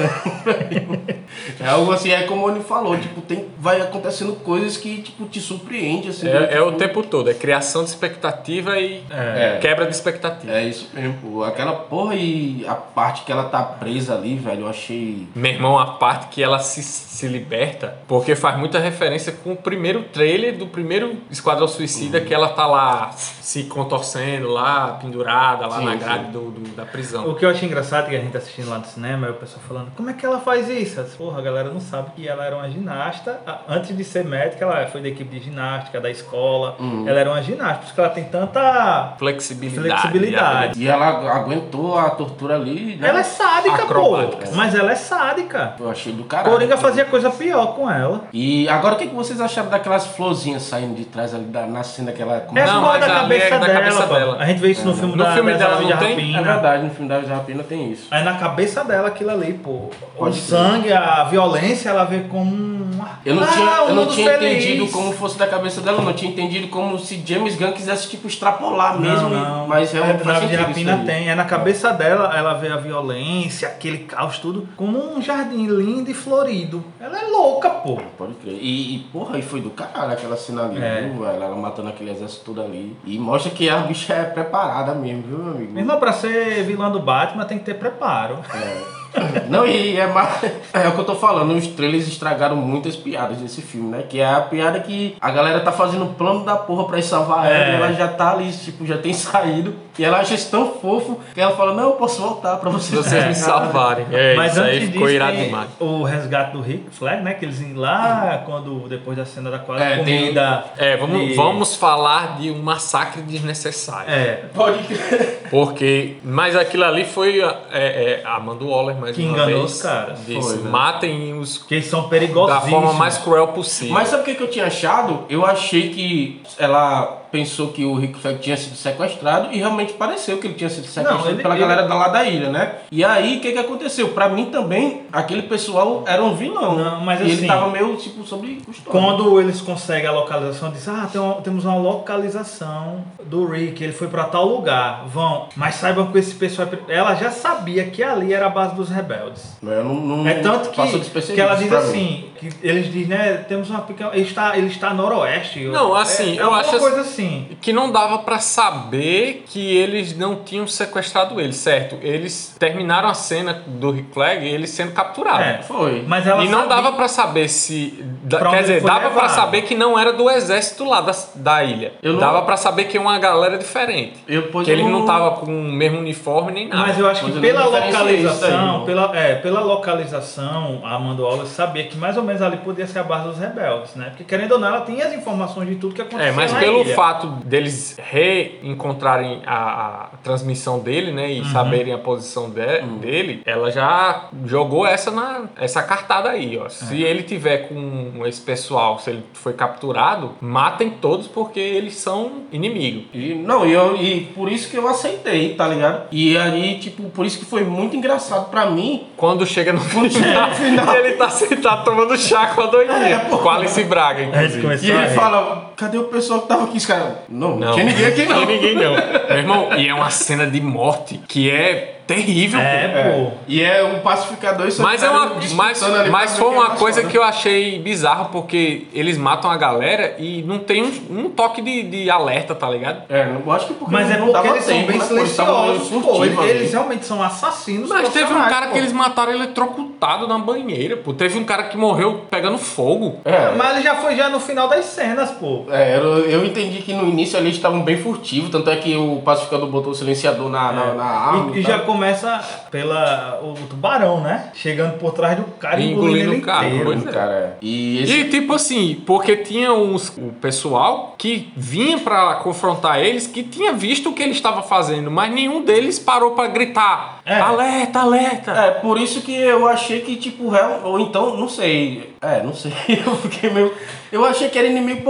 Speaker 2: não. É algo assim, é como ele falou, tipo, tem, vai acontecendo coisas que, tipo, te surpreende, assim.
Speaker 4: É,
Speaker 2: tipo,
Speaker 4: é o tempo todo, é criação de expectativa e
Speaker 2: É.
Speaker 4: quebra de expectativa.
Speaker 2: É isso mesmo, pô. Aquela porra e a parte que ela tá presa ali, velho, eu achei.
Speaker 4: Meu irmão, a parte que ela se, se liberta, porque faz muita referência com o primeiro trailer do primeiro Esquadrão Suicida,
Speaker 2: Uhum.
Speaker 4: que ela tá lá se contorcendo, lá pendurada, lá
Speaker 2: Sim,
Speaker 4: na
Speaker 2: sim.
Speaker 4: grade do, do- da prisão.
Speaker 3: O que eu achei engraçado é que a gente tá assistindo lá no cinema, aí o pessoal falando, como é que ela faz isso? Eu disse, porra, a galera não sabe que ela era uma ginasta. A- Antes de ser médica, ela foi da equipe de ginástica, da escola.
Speaker 2: Uhum.
Speaker 3: Ela era uma ginasta, por isso que ela tem tanta
Speaker 4: Flexibilidade.
Speaker 3: flexibilidade.
Speaker 2: E ela aguentou a tortura ali, né?
Speaker 3: Ela é sádica,
Speaker 4: Acrobática.
Speaker 3: pô. Mas ela é sádica.
Speaker 2: Eu achei do caralho.
Speaker 3: Coringa fazia coisa pior com ela.
Speaker 2: E agora o que, que vocês acharam daquelas florzinhas saindo de trás ali da, na cena que ela
Speaker 3: É
Speaker 2: começa?
Speaker 4: Não,
Speaker 3: por causa
Speaker 4: mas
Speaker 3: da
Speaker 4: ali é
Speaker 3: cabeça
Speaker 4: da
Speaker 3: dela,
Speaker 4: cabeça
Speaker 3: pô.
Speaker 4: dela.
Speaker 3: A gente vê isso no filme
Speaker 4: No
Speaker 3: da
Speaker 4: filme
Speaker 3: das
Speaker 4: dela
Speaker 3: Aves
Speaker 4: não
Speaker 3: de
Speaker 4: tem?
Speaker 3: Rapina.
Speaker 2: É verdade, no filme da Rapina tem isso.
Speaker 3: Aí na cabeça dela aquilo ali, pô.
Speaker 2: Pode
Speaker 3: o
Speaker 2: ser.
Speaker 3: sangue, a violência, ela vê como um...
Speaker 2: Eu não
Speaker 3: Ah,
Speaker 2: tinha,
Speaker 3: um
Speaker 2: eu não
Speaker 3: mundo
Speaker 2: tinha
Speaker 3: feliz.
Speaker 2: entendido como fosse da cabeça dela, eu não tinha entendido como se James Gunn quisesse, tipo, extrapolar mesmo.
Speaker 3: Não, não.
Speaker 2: Mas realmente
Speaker 3: é,
Speaker 2: faz
Speaker 3: na Aves de
Speaker 2: sentido isso
Speaker 3: Rapina
Speaker 2: aí.
Speaker 3: tem. É na cabeça dela, ela vê a violência, aquele caos, tudo, como um jardim lindo e florido. Ela é louca, pô.
Speaker 2: Pode crer. E, e, porra, e foi do caralho aquela cena ali,
Speaker 3: É.
Speaker 2: viu, velho? Ela matando aquele exército todo ali. E mostra que a bicha é preparada mesmo, viu, meu amigo?
Speaker 3: Mesmo pra ser vilã do Batman, tem que ter preparo.
Speaker 2: É. Não, e é mais. É o que eu tô falando, os trailers estragaram muitas piadas desse filme, né? Que é a piada que a galera tá fazendo o plano da porra pra ir salvar ela,
Speaker 3: É.
Speaker 2: e ela já tá ali, tipo, já tem saído. E ela acha isso tão fofo que ela fala, não, eu posso voltar pra vocês.
Speaker 4: Vocês me salvarem. É,
Speaker 3: Mas
Speaker 4: isso aí
Speaker 3: antes
Speaker 4: ficou
Speaker 3: disso,
Speaker 4: irado
Speaker 3: tem
Speaker 4: demais.
Speaker 3: o resgate do Rick Flag, né? Que eles iam lá quando, depois da cena da quase
Speaker 2: É, tem-
Speaker 3: comida.
Speaker 4: É, vamos,
Speaker 3: de-
Speaker 4: vamos falar de um massacre desnecessário.
Speaker 3: É,
Speaker 2: Pode crer.
Speaker 4: Porque, mas aquilo ali foi é, é, a Amanda Waller mais
Speaker 3: Que
Speaker 4: uma
Speaker 3: enganou
Speaker 4: vez.
Speaker 3: os caras.
Speaker 4: Disse,
Speaker 2: Foi, né?
Speaker 4: matem os
Speaker 3: que eles são
Speaker 4: da
Speaker 3: perigosíssimos.
Speaker 4: forma mais cruel possível.
Speaker 2: Mas sabe o que, que eu tinha achado? Eu achei que ela pensou que o Rick Flag tinha sido sequestrado e realmente pareceu que ele tinha sido sequestrado
Speaker 3: Não, ele-
Speaker 2: pela
Speaker 3: ele-
Speaker 2: galera da lá da ilha, né? E aí, o que que aconteceu? Pra mim também, aquele pessoal era um vilão.
Speaker 3: Não, mas
Speaker 2: e
Speaker 3: assim,
Speaker 2: ele tava meio, tipo, sobre custódia.
Speaker 3: Quando eles conseguem a localização, diz, ah, tem uma- temos uma localização do Rick, ele foi pra tal lugar, vão. Mas saibam que esse pessoal... é per- Ela já sabia que ali era a base dos rebeldes.
Speaker 2: Mas eu não, não
Speaker 3: É tanto que,
Speaker 2: passou despercebido
Speaker 3: que ela
Speaker 2: isso
Speaker 3: diz
Speaker 2: pra mim.
Speaker 3: assim, que eles dizem, né, temos uma pequena... Ele está, ele está noroeste.
Speaker 4: Não, assim,
Speaker 3: é, é
Speaker 4: eu
Speaker 3: alguma
Speaker 4: acho
Speaker 3: coisa assim.
Speaker 4: que não dava pra saber que eles não tinham sequestrado ele, certo? Eles terminaram a cena do Rick Flag ele sendo capturado.
Speaker 3: É,
Speaker 2: Foi.
Speaker 3: mas ela
Speaker 4: E não
Speaker 3: sabia-
Speaker 4: dava pra saber se. da-
Speaker 3: Pra
Speaker 4: quer
Speaker 3: onde
Speaker 4: dizer,
Speaker 3: foi
Speaker 4: dava pra
Speaker 3: levado.
Speaker 4: saber que não era do exército lá da, da ilha.
Speaker 2: Eu não-
Speaker 4: Dava pra saber que é uma galera diferente.
Speaker 2: Eu, pois
Speaker 4: que
Speaker 2: eu
Speaker 4: ele não tava com o mesmo uniforme nem nada.
Speaker 3: Mas eu acho que
Speaker 2: Pois eu
Speaker 3: pela
Speaker 2: não diferenciei isso daí,
Speaker 3: localização,
Speaker 2: não.
Speaker 3: pela, é, pela localização, a Amanda Waller sabia que mais ou menos ali podia ser a base dos rebeldes, né? Porque querendo ou não, ela tinha as informações de tudo que acontecia
Speaker 4: É, mas
Speaker 3: na
Speaker 4: pelo
Speaker 3: ilha.
Speaker 4: fato deles reencontrarem a, a transmissão dele, né, e
Speaker 3: Uhum.
Speaker 4: saberem a posição de- dele, ela já jogou essa na essa cartada aí, ó. Se
Speaker 3: É.
Speaker 4: ele tiver com esse pessoal, se ele foi capturado, matem todos porque eles são inimigos.
Speaker 2: E, não, e, eu, e por isso que eu aceitei, tá ligado? E aí, tipo, por isso que foi muito engraçado pra mim.
Speaker 4: Quando chega no
Speaker 2: chega
Speaker 4: final,
Speaker 2: no final.
Speaker 4: ele tá sentado tomando chá com a doidinha.
Speaker 2: É, pô.
Speaker 4: Com a Alice Braga,
Speaker 3: A gente
Speaker 4: inclusive.
Speaker 3: começou
Speaker 2: E
Speaker 3: a
Speaker 2: ele
Speaker 3: rir.
Speaker 2: fala, cadê o pessoal que tava aqui? Os caras, não, não,
Speaker 4: Não,
Speaker 2: tinha ninguém aqui não.
Speaker 4: Não tinha ninguém não. Meu irmão, e é uma cena de morte que é terrível.
Speaker 3: É,
Speaker 4: pô.
Speaker 3: pô.
Speaker 2: E é um pacificador e só
Speaker 4: Mas, é
Speaker 2: ficaram
Speaker 4: uma,
Speaker 2: disputando
Speaker 4: mas,
Speaker 2: ali pra
Speaker 4: mas
Speaker 2: ver
Speaker 4: foi
Speaker 2: quem é
Speaker 4: uma
Speaker 2: mais
Speaker 4: coisa
Speaker 2: foda.
Speaker 4: que eu achei bizarro, porque eles matam a galera e não tem um, um toque de, de alerta, tá ligado?
Speaker 2: É, eu acho que porque
Speaker 3: Mas é
Speaker 2: não
Speaker 3: porque
Speaker 2: dava
Speaker 3: eles são
Speaker 2: tempo,
Speaker 3: bem
Speaker 2: né? Pô, eles tavam meio
Speaker 3: silenciosos, pô.
Speaker 2: furtivos ali.
Speaker 3: Eles realmente são assassinos.
Speaker 4: Mas teve um
Speaker 3: profissionais,
Speaker 4: cara
Speaker 3: pô.
Speaker 4: que eles mataram eletrocutado na banheira, pô. Teve um cara que morreu pegando fogo.
Speaker 2: É,
Speaker 3: Mas ele já foi já no final das cenas, pô.
Speaker 2: é, eu, eu entendi que no início ali eles estavam bem furtivos, tanto é que o pacificador botou o silenciador na, na, na arma.
Speaker 3: E, e
Speaker 2: tal.
Speaker 3: já começa pela o tubarão, né? Chegando por trás do cara e engolindo
Speaker 4: Engolindo
Speaker 3: ele
Speaker 4: o cara,
Speaker 3: inteiro.
Speaker 4: pois é.
Speaker 2: Cara, é. E esse
Speaker 4: E tipo assim, porque tinha uns, o pessoal que vinha pra confrontar eles, que tinha visto o que ele estava fazendo, mas nenhum deles parou pra gritar:
Speaker 3: É.
Speaker 4: alerta, alerta.
Speaker 2: É, por isso que eu achei que, tipo, real, ou então, não sei. É, não sei. Eu fiquei meio. Eu achei que era inimigo porque, tipo,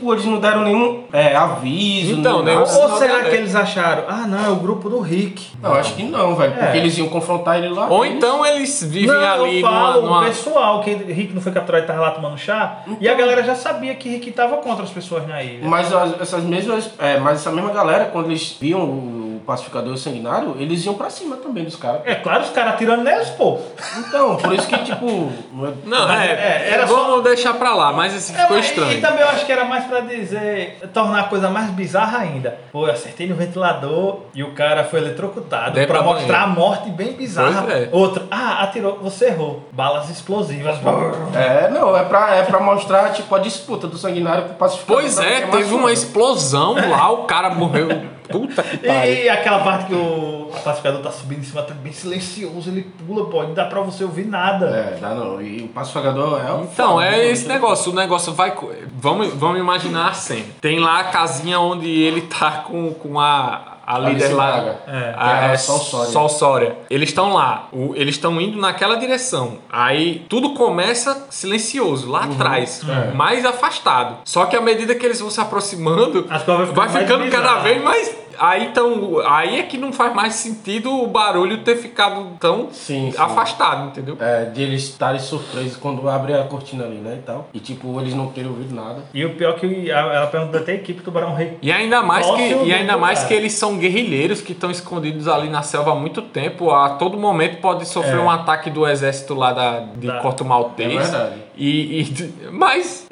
Speaker 2: tipo, eles não deram nenhum é, aviso.
Speaker 4: Então,
Speaker 2: nem
Speaker 4: nem
Speaker 2: nada.
Speaker 4: o-
Speaker 3: Ou
Speaker 4: Não,
Speaker 3: será
Speaker 4: não,
Speaker 3: que
Speaker 4: é.
Speaker 3: eles acharam, ah não, é o grupo do Rick.
Speaker 2: Não, acho que não, velho. Porque
Speaker 3: É.
Speaker 2: eles iam confrontar ele lá.
Speaker 4: Ou
Speaker 2: eles-
Speaker 4: então eles vivem
Speaker 3: Não,
Speaker 4: ali
Speaker 3: eu falo,
Speaker 4: numa... numa...
Speaker 3: o pessoal, que Rick não foi capturado e tava lá tomando chá, e a galera já sabia que Rick tava contra as pessoas na ilha.
Speaker 2: Mas as- essas mesmas. É, mas essa mesma galera, quando eles viam o pacificador sanguinário, eles iam pra cima também dos caras.
Speaker 3: É claro, os caras atirando neles, pô.
Speaker 2: Então, por isso que, tipo. Não é...
Speaker 4: Não, é,
Speaker 3: É, era
Speaker 4: vamos deixar pra lá, mas assim,
Speaker 3: É,
Speaker 4: ficou
Speaker 3: mas-
Speaker 4: estranho.
Speaker 3: E também eu acho que era mais pra dizer, tornar a coisa mais bizarra ainda. Pô, eu acertei no ventilador e o cara foi eletrocutado.
Speaker 4: Dei
Speaker 3: pra
Speaker 4: pra
Speaker 3: mostrar a morte bem bizarra.
Speaker 4: Pois é.
Speaker 3: Outro, ah, atirou, você errou. Balas explosivas.
Speaker 2: É, não, é pra, é pra mostrar, tipo, a disputa do sanguinário com o pacificador.
Speaker 4: Pois é,
Speaker 2: mais
Speaker 4: teve uma
Speaker 2: foda.
Speaker 4: explosão lá, o cara morreu. Puta que pariu.
Speaker 3: E, e aquela parte que o pacificador tá subindo em cima, tá bem silencioso, ele pula, pô, não dá pra você ouvir nada.
Speaker 2: É, dá não. E o pacificador é o.
Speaker 4: Então,
Speaker 2: foda,
Speaker 4: é
Speaker 2: né?
Speaker 4: esse negócio, o negócio vai... co- Vamos, vamos imaginar a cena. Tem lá a casinha onde ele tá com, com a... A
Speaker 2: Alice
Speaker 4: líder lá,
Speaker 2: Braga.
Speaker 3: É.
Speaker 4: a,
Speaker 2: É,
Speaker 4: é,
Speaker 2: Sol Sória.
Speaker 4: Sol Sória. Eles estão lá, o- eles estão indo naquela direção. Aí tudo começa silencioso, lá atrás,
Speaker 2: É.
Speaker 4: mais afastado. Só que à medida que eles vão se aproximando,
Speaker 3: As coisas
Speaker 4: vai
Speaker 3: ficam mais
Speaker 4: ficando cada
Speaker 3: bizarras.
Speaker 4: vez mais. Aí, então, aí é que não faz mais sentido o barulho ter ficado tão
Speaker 2: Sim, sim.
Speaker 4: afastado, entendeu?
Speaker 2: É, de eles estarem surpresos quando abre a cortina ali, né, e tal. E, tipo, eles não terem ouvido nada.
Speaker 3: E o pior que a- ela perguntou até a equipe do Tubarão Rei.
Speaker 4: E ainda mais que,
Speaker 3: Próximo
Speaker 4: e ainda
Speaker 3: do
Speaker 4: mais
Speaker 3: lugar.
Speaker 4: que eles são guerrilheiros que estão escondidos ali na selva há muito tempo. A todo momento pode sofrer
Speaker 3: É.
Speaker 4: um ataque do exército lá da, de
Speaker 3: Da-
Speaker 4: Corto Maltês.
Speaker 2: É verdade.
Speaker 4: E, e- mas,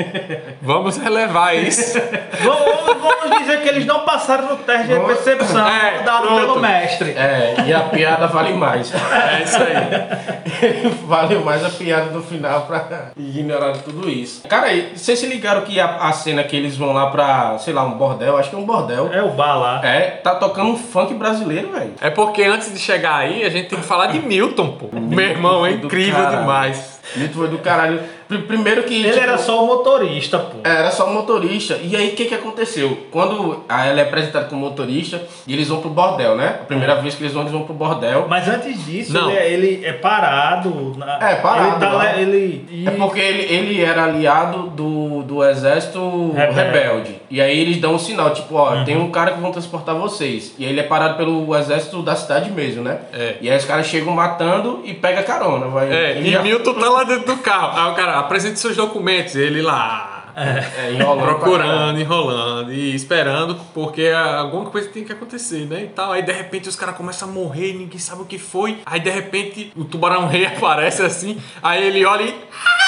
Speaker 4: é, vamos relevar isso.
Speaker 3: Vamos, vamos dizer que eles não passaram no teste de
Speaker 2: Vamos-
Speaker 3: percepção
Speaker 4: É,
Speaker 3: dado
Speaker 4: pronto.
Speaker 3: pelo mestre.
Speaker 2: É, e a piada vale mais.
Speaker 4: É isso aí.
Speaker 2: Valeu mais a piada do final pra ignorar tudo isso. Cara, e vocês se ligaram que a, a cena que eles vão lá pra, sei lá, um bordel, acho que é um bordel.
Speaker 3: É o bar lá.
Speaker 2: É, tá tocando um funk brasileiro, velho.
Speaker 4: É porque antes de chegar aí, a gente tem que falar de Milton, pô. Meu irmão, é
Speaker 2: do
Speaker 4: incrível
Speaker 2: caralho.
Speaker 4: demais.
Speaker 2: Milton foi do caralho. Pr- Primeiro que.
Speaker 3: Ele
Speaker 2: tipo,
Speaker 3: era só o motorista, pô.
Speaker 2: Era só motorista. E aí, o que que aconteceu? Quando a- ela é apresentada como motorista, e eles vão pro bordel, né? A primeira vez que eles vão, eles vão pro bordel.
Speaker 3: Mas antes disso,
Speaker 4: Não.
Speaker 3: ele é, ele é parado. na-
Speaker 2: É, parado,
Speaker 3: Ele, tá
Speaker 2: lá.
Speaker 3: lá, ele e-
Speaker 2: É porque ele, ele era aliado do, do exército
Speaker 3: Rebelde.
Speaker 2: rebelde. E aí eles dão um sinal, tipo, ó, tem um cara que vão transportar vocês. E aí ele é parado pelo exército da cidade mesmo, né?
Speaker 4: É.
Speaker 2: E aí os caras chegam matando e pega carona. Vai,
Speaker 4: É,
Speaker 2: ele
Speaker 4: e
Speaker 2: já-
Speaker 4: Milton tá lá dentro do carro. Aí o cara, apresente seus documentos. Ele lá.
Speaker 2: é, enrolando pra
Speaker 4: Procurando, enrolando e esperando, porque alguma coisa tem que acontecer, né? E tal. Aí de repente os caras começam a morrer, ninguém sabe o que foi. Aí de repente o tubarão rei aparece assim, aí ele olha e.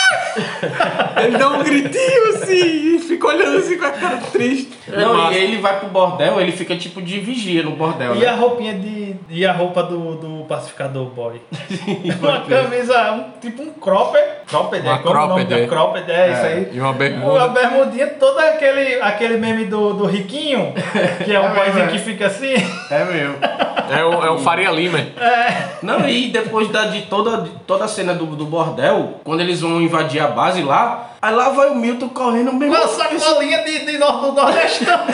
Speaker 4: Ele dá um gritinho assim e fica olhando assim com a cara triste. É
Speaker 2: Não,
Speaker 4: massa.
Speaker 2: e aí ele vai pro bordel, ele fica tipo de vigia no bordel,
Speaker 3: E
Speaker 2: né?
Speaker 3: a roupinha de. E a roupa do, do pacificador boy. Uma camisa, um, tipo um cropper. Cropped,
Speaker 4: Uma
Speaker 3: é como o nome
Speaker 4: cropped,
Speaker 3: da cropped, é, isso aí.
Speaker 4: E uma
Speaker 3: Uma
Speaker 4: bermuda.
Speaker 3: bermudinha, todo aquele, aquele meme do, do Riquinho, que é um
Speaker 2: É
Speaker 3: boyzinho
Speaker 2: verdade.
Speaker 3: que fica assim.
Speaker 2: É meu.
Speaker 4: É o, é o Faria Lima.
Speaker 2: Não, e depois da, de, toda, de toda a cena do, do bordel, quando eles vão invadir a base lá, aí lá vai o Milton correndo mesmo.
Speaker 3: Com a sacolinha de, de nor- do Nordestão.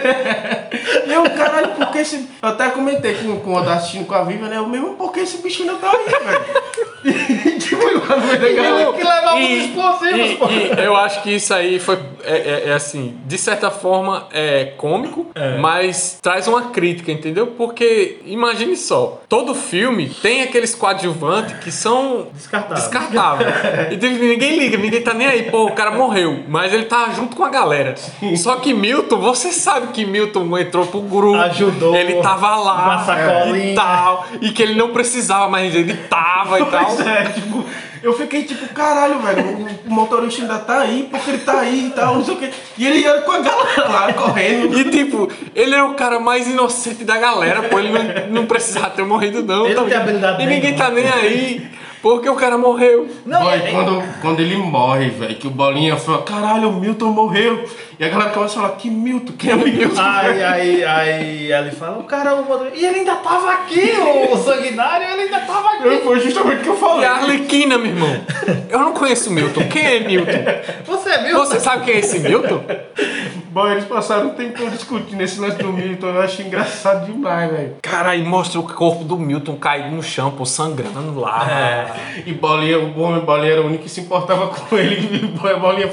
Speaker 2: E eu, caralho, por que esse. Eu até comentei com, com o assistindo com a Viva, né? Eu mesmo, por que esse bicho ainda tá aí, velho? Tipo, ele lá no meio da galera.
Speaker 3: Que levava os
Speaker 4: E-
Speaker 3: explosivos,
Speaker 4: e-
Speaker 3: pô.
Speaker 4: e eu acho que isso aí foi é, é- é assim, de certa forma é cômico, mas traz uma crítica, entendeu? Porque imagine só, todo filme tem aqueles coadjuvantes que são
Speaker 3: Descartável.
Speaker 4: descartáveis. E tipo, ninguém liga, ninguém tá nem aí, pô, o cara morreu, mas ele tá junto com a galera. Só que Milton, você sabe que Milton entrou pro grupo,
Speaker 3: Ajudou.
Speaker 4: ele tava lá
Speaker 3: Com a sacolinha.
Speaker 4: e tal, e que ele não precisava, mas ele tava e tal.
Speaker 2: Pois é, tipo, eu fiquei tipo, caralho, velho, o, o motorista ainda tá aí, porque ele tá aí e tal, não sei o quê. E ele ia com a galera lá, correndo.
Speaker 4: E tipo, ele é o cara mais inocente da galera, pô, ele não, não precisava ter morrido não.
Speaker 3: Ele
Speaker 4: tá
Speaker 3: não tem
Speaker 4: ligado?
Speaker 3: habilidade
Speaker 4: E ninguém
Speaker 3: nenhuma.
Speaker 4: tá nem aí, porque o cara morreu.
Speaker 3: Não,
Speaker 2: Boy,
Speaker 3: é-
Speaker 2: quando, quando ele morre, velho, que o Bolinha fala, caralho, o Milton morreu. E a galera começa a falar, que Milton? Quem é o Milton?
Speaker 3: Aí, aí, aí ele fala, o cara, o motorista. E ele ainda tava aqui, o sanguinário, ele ainda tava aqui.
Speaker 2: Foi justamente o que eu
Speaker 4: E
Speaker 2: falei.
Speaker 4: a Arlequina, meu irmão. Eu não conheço o Milton. Quem é Milton?
Speaker 3: Você viu?
Speaker 4: Você sabe quem é esse Milton?
Speaker 2: Boy, eles passaram um tempo todo discutindo esse lance do Milton, eu acho engraçado demais, velho.
Speaker 4: Cara, aí mostra o corpo do Milton caído no chão, pô, sangrando lá.
Speaker 2: E Bolinha, o bom Bolinha era o único que se importava com ele. E o Bolinha fala,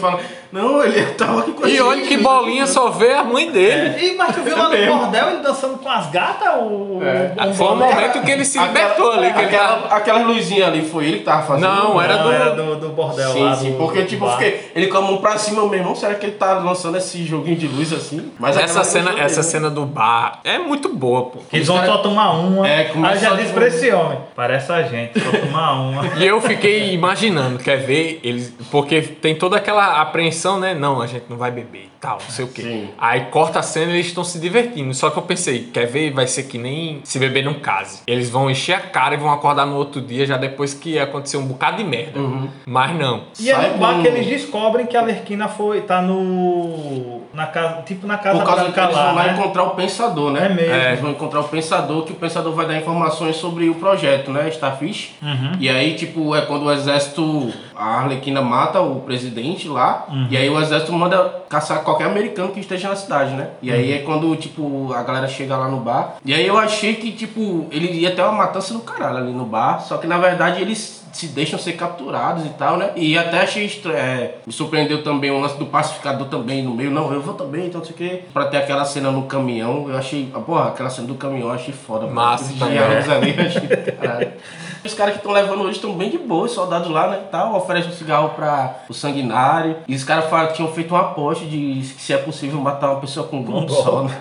Speaker 2: Não, ele tava aqui com a
Speaker 4: E
Speaker 2: gente.
Speaker 4: olha que Bolinha só vê a mãe dele.
Speaker 3: E, mas tu viu lá no
Speaker 2: mesmo.
Speaker 3: bordel ele dançando com as gatas? O,
Speaker 2: É.
Speaker 3: o
Speaker 4: Foi o
Speaker 3: bordel?
Speaker 4: momento que ele se libertou ali. Que ele
Speaker 2: Aquela,
Speaker 4: tava...
Speaker 2: aquela luzinha ali, foi ele que tava fazendo?
Speaker 4: Não, era
Speaker 3: Não,
Speaker 4: do-
Speaker 3: era do, do bordel
Speaker 2: Sim,
Speaker 3: lá.
Speaker 2: sim,
Speaker 3: do-
Speaker 2: porque
Speaker 3: do
Speaker 2: tipo, eu
Speaker 3: bar.
Speaker 2: fiquei, ele com a mão pra cima, meu irmão, será que ele tá lançando esse joguinho de luz assim? Mas
Speaker 4: Essa
Speaker 2: aquela
Speaker 4: cena,
Speaker 2: gostou
Speaker 4: essa
Speaker 2: dele.
Speaker 4: cena do bar é muito boa, pô.
Speaker 3: Eles vão só tomar uma.
Speaker 2: É,
Speaker 3: Aí
Speaker 2: começa
Speaker 3: já
Speaker 2: a-
Speaker 3: disse pra esse homem: parece a gente, só tomar uma.
Speaker 4: E eu fiquei imaginando, quer ver, eles. Porque tem toda aquela apreensão, né? Não, a gente não vai beber e tal, não sei o quê.
Speaker 2: Sim.
Speaker 4: Aí corta a cena e eles estão se divertindo. Só que eu pensei, quer ver, vai ser que nem se beber não case. Eles vão encher a cara e vão acordar no outro dia, já depois que aconteceu um bocado de merda. Mas não.
Speaker 3: E é
Speaker 2: Sai
Speaker 3: no bar
Speaker 2: com-
Speaker 3: que eles descobrem que a Lerquina foi, tá no. Na casa, tipo na casa
Speaker 2: Por causa que
Speaker 3: branca
Speaker 2: eles
Speaker 3: lá,
Speaker 2: vão lá
Speaker 3: né?
Speaker 2: encontrar o Pensador, né?
Speaker 3: É mesmo.
Speaker 2: Eles vão encontrar o Pensador, que o Pensador vai dar informações sobre o projeto, né? Starfish.
Speaker 3: Uhum.
Speaker 2: E aí, tipo, é quando o exército, a Arlequina mata o presidente lá,
Speaker 3: Uhum.
Speaker 2: e aí o exército manda caçar qualquer americano que esteja na cidade, né? E
Speaker 3: Uhum.
Speaker 2: aí é quando, tipo, a galera chega lá no bar. E aí eu achei que, tipo, ele ia ter uma matança do caralho ali no bar, só que na verdade eles se deixam ser capturados e tal, né? E até achei estranho, é, me surpreendeu também o lance do pacificador também no meio, não, eu vou também, então não sei o que, pra ter aquela cena no caminhão, eu achei, ah, porra, aquela cena do caminhão eu achei foda.
Speaker 4: Massa
Speaker 2: Os
Speaker 4: também.
Speaker 2: diálogos ali, eu achei, caralho. Os caras que estão levando hoje estão bem de boa, os soldados lá, né, tal, oferecem um cigarro pra o sanguinário, e os caras falam que tinham feito uma aposta de se é possível matar uma pessoa com um golpe só, né?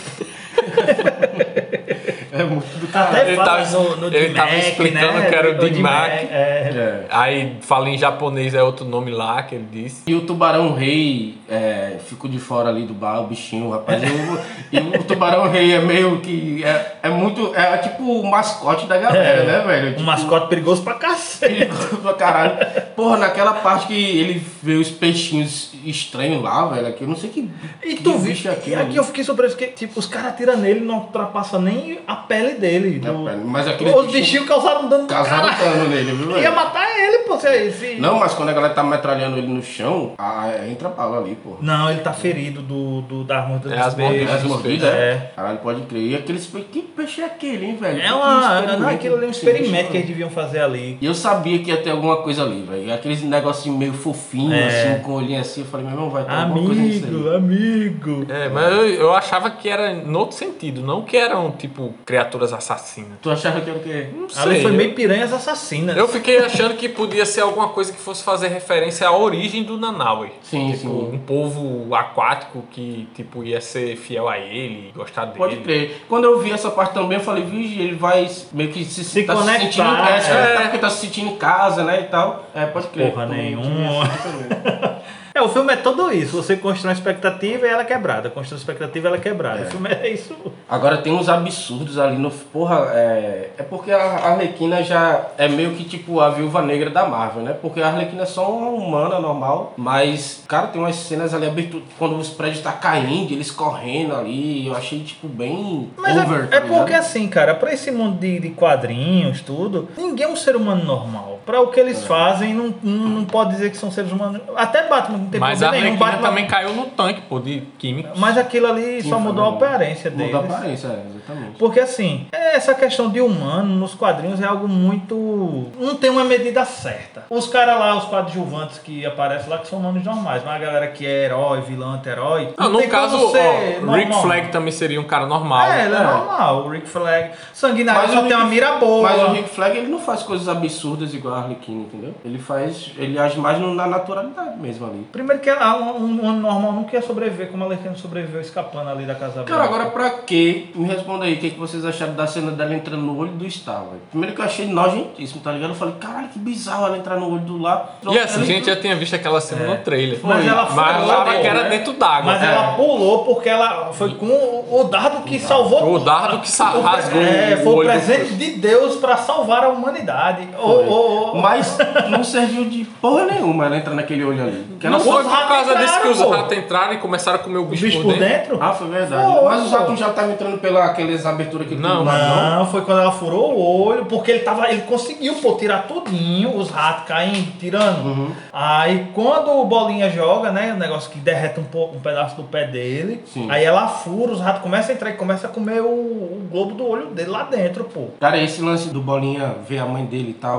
Speaker 2: É muito do caralho.
Speaker 3: Até
Speaker 4: Ele
Speaker 3: fala
Speaker 4: tava-
Speaker 3: no, no
Speaker 4: ele tava
Speaker 3: D-Mac,
Speaker 4: explicando
Speaker 3: né?
Speaker 4: que era o
Speaker 3: D-Mac,
Speaker 4: D-Mac.
Speaker 3: É.
Speaker 2: É.
Speaker 4: Aí fala em japonês, é outro nome lá que ele disse.
Speaker 2: E o Tubarão Rei é, ficou de fora ali do bar, o bichinho, rapaz. E o, e o Tubarão Rei é meio que. É, é muito. É tipo o mascote da galera, né, velho?
Speaker 3: Um
Speaker 2: Tipo,
Speaker 3: mascote perigoso pra cacete.
Speaker 2: pra caralho. Porra, naquela parte que ele vê os peixinhos estranhos lá, velho, aqui eu não sei que.
Speaker 3: E
Speaker 2: que
Speaker 3: tu viu,
Speaker 2: bicho é
Speaker 3: e
Speaker 2: aquilo.
Speaker 3: aqui eu fiquei surpreso que tipo, os caras atiram nele e não ultrapassa nem a pele dele.
Speaker 2: É,
Speaker 3: do-
Speaker 2: mas aqueles
Speaker 3: Os
Speaker 2: bichinhos
Speaker 3: bichinhos causaram dano do
Speaker 2: Casaram
Speaker 3: caralho.
Speaker 2: dano nele, viu, velho?
Speaker 3: Ia matar ele, pô. Se, se...
Speaker 2: Não, mas quando a galera tá metralhando ele no chão, ah, entra bala ali, pô.
Speaker 3: Não, ele tá ferido do, do, das mordidas
Speaker 4: É, as
Speaker 3: dos peixes.
Speaker 2: As mordidas,
Speaker 3: É.
Speaker 2: é? Caralho, pode crer. E aqueles peixes. Que peixe é aquele, hein, velho?
Speaker 3: É
Speaker 2: Que
Speaker 3: uma.
Speaker 2: experimento
Speaker 3: Não, aquilo ali é um
Speaker 2: esse bicho,
Speaker 3: experimento que eles
Speaker 2: mano.
Speaker 3: deviam fazer ali.
Speaker 2: E eu sabia que ia ter alguma coisa ali, velho. Aqueles negocinho meio fofinho,
Speaker 3: É.
Speaker 2: assim, com o olhinho assim. Eu falei, meu irmão, vai ter alguma coisa nisso
Speaker 3: Amigo,
Speaker 2: aí.
Speaker 3: amigo.
Speaker 4: É, mas eu, eu achava que era no outro sentido, não que eram, tipo, criaturas assassinas.
Speaker 2: Tu achava que era o quê?
Speaker 4: Não sei.
Speaker 3: Ali foi
Speaker 4: eu-
Speaker 3: meio piranhas assassinas.
Speaker 4: Eu fiquei achando que podia ser alguma coisa que fosse fazer referência à origem do Nanaue.
Speaker 2: Sim,
Speaker 4: Tipo,
Speaker 2: sim.
Speaker 4: um povo aquático que, tipo, ia ser fiel a ele, gostar dele.
Speaker 2: Pode crer. Quando eu vi essa parte também, eu falei, vigi, ele vai meio que se,
Speaker 3: Se
Speaker 2: tá
Speaker 3: conectar,
Speaker 2: se sentindo em casa,
Speaker 3: é.
Speaker 2: tá, porque tá se sentindo em casa, né, e tal. É, pode crer.
Speaker 3: Porra
Speaker 2: Tô-
Speaker 3: nenhuma.
Speaker 2: tô- tô-
Speaker 3: É, o filme é todo isso. Você constrói uma expectativa e ela é quebrada. Constrói uma expectativa e ela é quebrada.
Speaker 2: É.
Speaker 3: O filme é isso.
Speaker 2: Agora tem uns absurdos ali no. Porra, é. É porque a Arlequina já é meio que tipo a viúva negra da Marvel, né? Porque a Arlequina é só uma humana normal. Mas, cara, tem umas cenas ali abertas quando os prédios tá caindo, eles correndo ali. Eu achei, tipo, bem
Speaker 3: Mas
Speaker 2: over.
Speaker 3: é,
Speaker 2: tá
Speaker 3: é porque
Speaker 2: ligado?
Speaker 3: assim, cara, pra esse mundo de, de quadrinhos, tudo, ninguém é um ser humano normal. Pra o que eles
Speaker 2: É.
Speaker 3: fazem, não, não, não pode dizer que são seres humanos. Até Batman não tem
Speaker 4: Mas a
Speaker 3: problema nenhum.
Speaker 4: Arlequina
Speaker 3: Batman,
Speaker 4: também caiu no tanque, pô, de químicos.
Speaker 3: mas aquilo ali
Speaker 2: Sim,
Speaker 3: só mudou a
Speaker 2: foi, né?
Speaker 3: aparência deles.
Speaker 2: Mudou a aparência, é, exatamente.
Speaker 3: Porque assim, essa questão de humano nos quadrinhos é algo muito. Não tem uma medida certa. Os caras lá, os coadjuvantes que aparecem lá, que são humanos normais, mas a galera que é herói, vilão, anti-herói.
Speaker 4: Não, no
Speaker 3: tem
Speaker 4: caso,
Speaker 3: como ser
Speaker 4: ó, Rick
Speaker 3: normal.
Speaker 4: Flag também seria um cara normal.
Speaker 3: É, ele é
Speaker 2: É.
Speaker 3: normal. O Rick Flag. Sanguinário
Speaker 2: Mas
Speaker 3: só
Speaker 2: o
Speaker 3: tem uma
Speaker 2: Rick-
Speaker 3: mira boa.
Speaker 2: Mas o Rick Flag ele não faz coisas absurdas igual a Arlequina, entendeu? Ele faz. Ele age mais no- na naturalidade mesmo ali.
Speaker 3: Primeiro que ela, um, um ano normal não quer sobreviver, como a Arlequina sobreviveu escapando ali da Casa
Speaker 2: Cara,
Speaker 3: Branca.
Speaker 2: agora pra quê? Me responda aí, o que, que vocês acharam da cena dela entrando no olho do Star, velho? Primeiro que eu achei nojentíssimo, tá ligado? Eu falei, caralho, que bizarro ela entrar no olho do lá.
Speaker 4: E assim, a
Speaker 2: Ela
Speaker 4: gente já
Speaker 2: entrou-
Speaker 4: tinha visto aquela cena
Speaker 3: É.
Speaker 4: no trailer.
Speaker 3: Mas ela
Speaker 4: Mas
Speaker 3: foi
Speaker 4: achava
Speaker 3: louca,
Speaker 4: que era
Speaker 3: né?
Speaker 4: dentro d'água.
Speaker 3: Mas
Speaker 4: É.
Speaker 3: ela pulou porque ela foi com o, o dardo que salvou.
Speaker 4: O dardo que sa-
Speaker 3: o-
Speaker 4: rasgou
Speaker 3: É,
Speaker 4: o
Speaker 3: foi o
Speaker 4: olho do
Speaker 3: presente
Speaker 4: Cristo.
Speaker 3: de Deus pra salvar a humanidade. Ô, ô, ô.
Speaker 2: Mas não serviu de porra nenhuma ela entrar naquele olho ali. Porque ela
Speaker 3: Não
Speaker 4: Foi
Speaker 2: só...
Speaker 3: os
Speaker 4: por
Speaker 3: ratos
Speaker 4: causa disso que os
Speaker 3: entraram, pô.
Speaker 4: ratos entraram e começaram a comer o
Speaker 3: O
Speaker 4: bicho,
Speaker 3: bicho
Speaker 4: por
Speaker 3: por
Speaker 4: dentro.
Speaker 3: dentro?
Speaker 2: Ah, foi verdade.
Speaker 3: Foi,
Speaker 2: Mas os
Speaker 3: pô.
Speaker 2: ratos já estavam entrando pela aquelas aberturas que ele
Speaker 4: Não,
Speaker 2: tem do lado,
Speaker 3: Não, foi quando ela furou o olho, porque ele tava. Ele conseguiu, pô, tirar tudinho, os ratos caindo, tirando.
Speaker 2: Uhum.
Speaker 3: Aí quando o Bolinha joga, né? O negócio que derrete um, pouco, um pedaço do pé dele.
Speaker 2: Sim.
Speaker 3: Aí ela fura, os ratos começam a entrar e começam a comer o, o globo do olho dele lá dentro, pô.
Speaker 2: Cara, esse lance do Bolinha ver a mãe dele e tal, no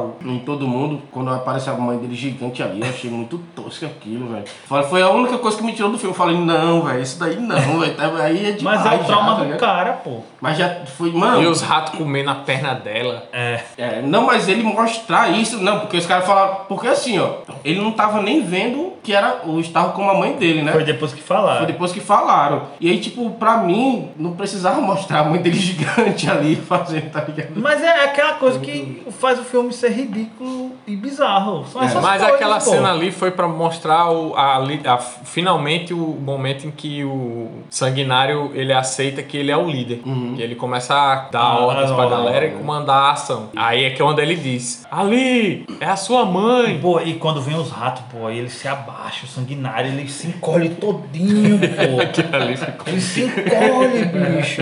Speaker 2: todo mundo, quando aparece a mãe dele gigante ali, eu achei muito tosco aquilo, velho. Foi a única coisa que me tirou do filme. Eu falei, não, velho, isso daí não, velho. Aí é demais.
Speaker 3: Mas é o trauma
Speaker 2: já,
Speaker 3: do
Speaker 2: tá
Speaker 3: cara, pô.
Speaker 2: Mas já foi, mano.
Speaker 4: E os ratos comendo a perna dela.
Speaker 3: É.
Speaker 2: É, não, mas ele mostrar isso, não, porque os caras falaram. Porque assim, ó, ele não tava nem vendo que era o Starro como a mãe dele, né?
Speaker 3: Foi depois que falaram.
Speaker 2: Foi depois que falaram. E aí, tipo, pra mim, não precisava mostrar a mãe dele gigante ali fazendo, tá ligado?
Speaker 3: Mas é aquela coisa que faz o filme ser ridículo e bizarro. São essas
Speaker 4: Mas
Speaker 3: coisas,
Speaker 4: aquela
Speaker 3: pô.
Speaker 4: cena ali foi pra mostrar o, a, a- finalmente o momento em que o Sanguinário ele aceita que ele é o líder. Que ele começa a dar
Speaker 3: Ah,
Speaker 4: ordens pra
Speaker 3: ah,
Speaker 4: galera
Speaker 3: ah,
Speaker 4: e comandar a ação. Aí é que é onde ele diz: Ali, é a sua mãe.
Speaker 3: Pô, e quando vem os ratos, pô, aí ele se abaixa, o sanguinário, ele se encolhe todinho, pô.
Speaker 4: Aquilo ali ficou-
Speaker 3: Ele se encolhe, bicho.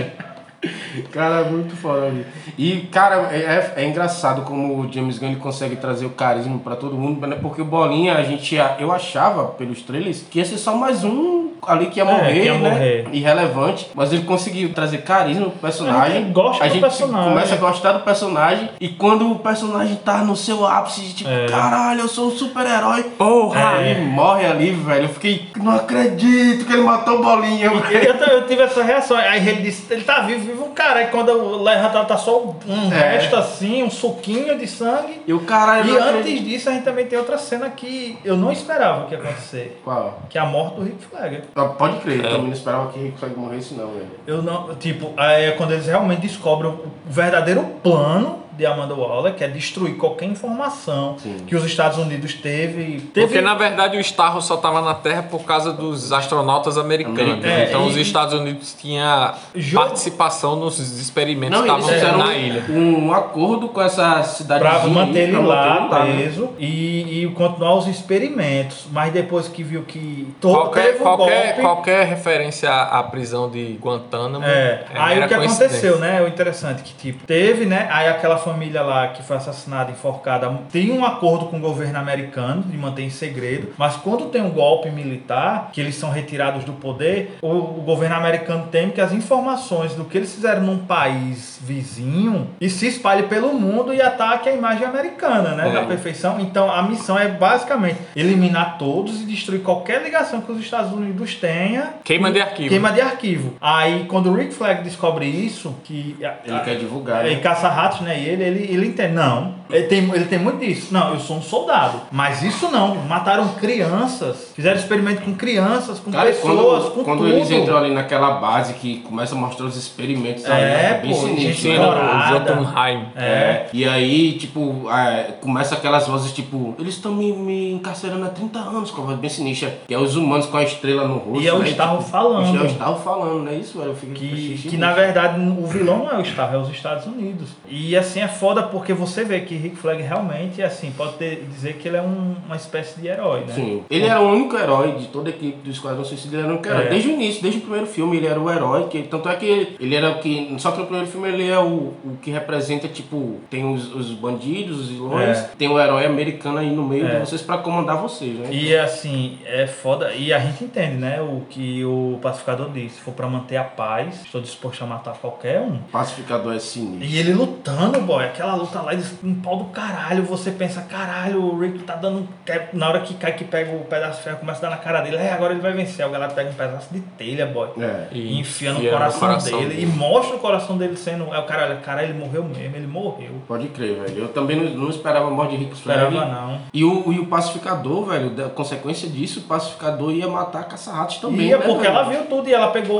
Speaker 2: Cara, muito foda ali. E, cara, é, é- é engraçado como o James Gunn ele consegue trazer o carisma pra todo mundo, né? Porque o Bolinha, a gente, eu achava, pelos trailers, que ia ser só mais um ali que ia morrer,
Speaker 3: que ia
Speaker 2: né?
Speaker 3: morrer.
Speaker 2: Irrelevante. Mas ele conseguiu trazer carisma pro personagem.
Speaker 3: A gente gosta
Speaker 2: a
Speaker 3: do
Speaker 2: gente
Speaker 3: personagem.
Speaker 2: começa a gostar do personagem. E quando o personagem tá no seu ápice, de tipo,
Speaker 3: É.
Speaker 2: caralho, eu sou um super-herói.
Speaker 4: Porra!
Speaker 2: Aí morre ali, velho. Eu fiquei, não acredito que ele matou o Bolinha, velho.
Speaker 3: Eu, eu tive essa reação. Aí ele disse, ele tá vivo, vivo, cara. Aí quando eu levanta, tá só um
Speaker 2: É.
Speaker 3: resto assim, um suquinho de sangue.
Speaker 2: E o caralho.
Speaker 3: E
Speaker 2: não
Speaker 3: antes
Speaker 2: acredito.
Speaker 3: disso, a gente também tem outra cena que eu não esperava que ia acontecer.
Speaker 2: Qual?
Speaker 3: Que é a morte do Rick Flag.
Speaker 2: Ah, pode crer, eu também não esperava que Rick Flag morresse, não, velho.
Speaker 3: Eu não, tipo, aí é quando eles realmente descobrem o verdadeiro plano de Amanda Waller, que é destruir qualquer informação
Speaker 2: Sim.
Speaker 3: que os Estados Unidos teve. teve
Speaker 4: Porque na verdade o Starro só estava na Terra por causa dos astronautas americanos.
Speaker 2: É,
Speaker 4: então
Speaker 3: e-
Speaker 4: os Estados Unidos tinham
Speaker 3: Jogo-
Speaker 4: participação nos experimentos
Speaker 2: Não,
Speaker 4: que
Speaker 2: eles
Speaker 4: estavam
Speaker 2: fizeram
Speaker 4: na ilha.
Speaker 2: um, um acordo com essa cidade
Speaker 3: Pra manter ele lá
Speaker 2: né?
Speaker 3: preso e, e continuar os experimentos, mas depois que viu que todo
Speaker 4: Qualquer,
Speaker 3: teve o
Speaker 4: qualquer,
Speaker 3: golpe,
Speaker 4: qualquer referência à, à prisão de Guantánamo
Speaker 3: é, aí
Speaker 4: mera
Speaker 3: o que
Speaker 4: coincidência.
Speaker 3: aconteceu, né? O interessante é que tipo teve, né? Aí aquela família lá que foi assassinada, enforcada, tem um acordo com o governo americano de manter em segredo, mas quando tem um golpe militar, que eles são retirados do poder, o, o governo americano teme que as informações do que eles fizeram num país vizinho e se espalhe pelo mundo e ataque a imagem americana, né?
Speaker 2: É.
Speaker 3: Da perfeição. Então a missão é basicamente eliminar todos e destruir qualquer ligação que os Estados Unidos tenha.
Speaker 4: Queima de arquivo.
Speaker 3: Queima de arquivo. Aí quando o Rick Flag descobre isso, que
Speaker 2: Ele quer divulgar,
Speaker 3: é,
Speaker 2: né?
Speaker 3: e caça-ratos, né? E ele, ele, ele entende. Não, ele tem, ele tem muito disso. Não, eu sou um soldado. Mas isso não. Mataram crianças. Fizeram experimento com crianças, com
Speaker 2: Cara,
Speaker 3: pessoas,
Speaker 2: quando,
Speaker 3: com
Speaker 2: quando
Speaker 3: tudo.
Speaker 2: eles entram ali naquela base que começa a mostrar os experimentos ali,
Speaker 3: É,
Speaker 2: é bem
Speaker 3: pô,
Speaker 2: sinistro,
Speaker 3: gente
Speaker 2: né?
Speaker 4: Sim, no
Speaker 3: dourada.
Speaker 4: Jotunheim.
Speaker 2: É, e aí, tipo, é, começa aquelas vozes tipo, eles estão me, me encarcerando há trinta anos, com a voz bem sinistra. Que é os humanos com a estrela no rosto.
Speaker 3: E é o
Speaker 2: né?
Speaker 3: Starro
Speaker 2: Tipo,
Speaker 3: falando.
Speaker 2: E é o Starro falando, não é isso, velho? Eu fiquei
Speaker 3: Que,
Speaker 2: achei
Speaker 3: que
Speaker 2: sinistro.
Speaker 3: na verdade o vilão não é o Starro, é os Estados Unidos. E assim é foda porque você vê que Rick Flag realmente, assim, pode ter, dizer que ele é um- uma espécie de herói, né?
Speaker 2: Sim. Ele era o único herói de toda a equipe do Esquadrão Suicida, ele era o único herói.
Speaker 3: É.
Speaker 2: Desde o início, desde o primeiro filme, ele era o herói. Que, tanto é que ele, ele era o que. Só que no primeiro filme ele é o, o que representa, tipo, tem os, os bandidos, os vilões,
Speaker 3: É.
Speaker 2: tem o herói americano aí no meio
Speaker 3: É.
Speaker 2: de vocês pra comandar vocês, né?
Speaker 3: E assim, é foda. E a gente entende, né? O que o pacificador disse. Se for pra manter a paz, estou disposto a matar qualquer um.
Speaker 2: O pacificador é sinistro.
Speaker 3: E ele lutando, boy, aquela luta lá, eles- um pau do caralho, você pensa, caralho, o Rick tá dando. quer- Na hora que cai que pega o pedaço de ferro, começa a dar na cara dele, é, agora ele vai vencer. Aí o galera pega um pedaço de telha, boy.
Speaker 2: É.
Speaker 3: E enfia no
Speaker 4: enfia
Speaker 3: coração, dele, e mostra o coração dele sendo. É o cara, olha, cara, ele morreu mesmo, ele morreu.
Speaker 2: Pode crer, velho. Eu também não, não esperava a morte de Rick Flag.
Speaker 3: Esperava não.
Speaker 2: E o, e o pacificador, velho, da consequência disso, o pacificador ia matar caça-ratos também.
Speaker 3: Ia,
Speaker 2: né,
Speaker 3: porque
Speaker 2: velho?
Speaker 3: ela viu tudo e ela pegou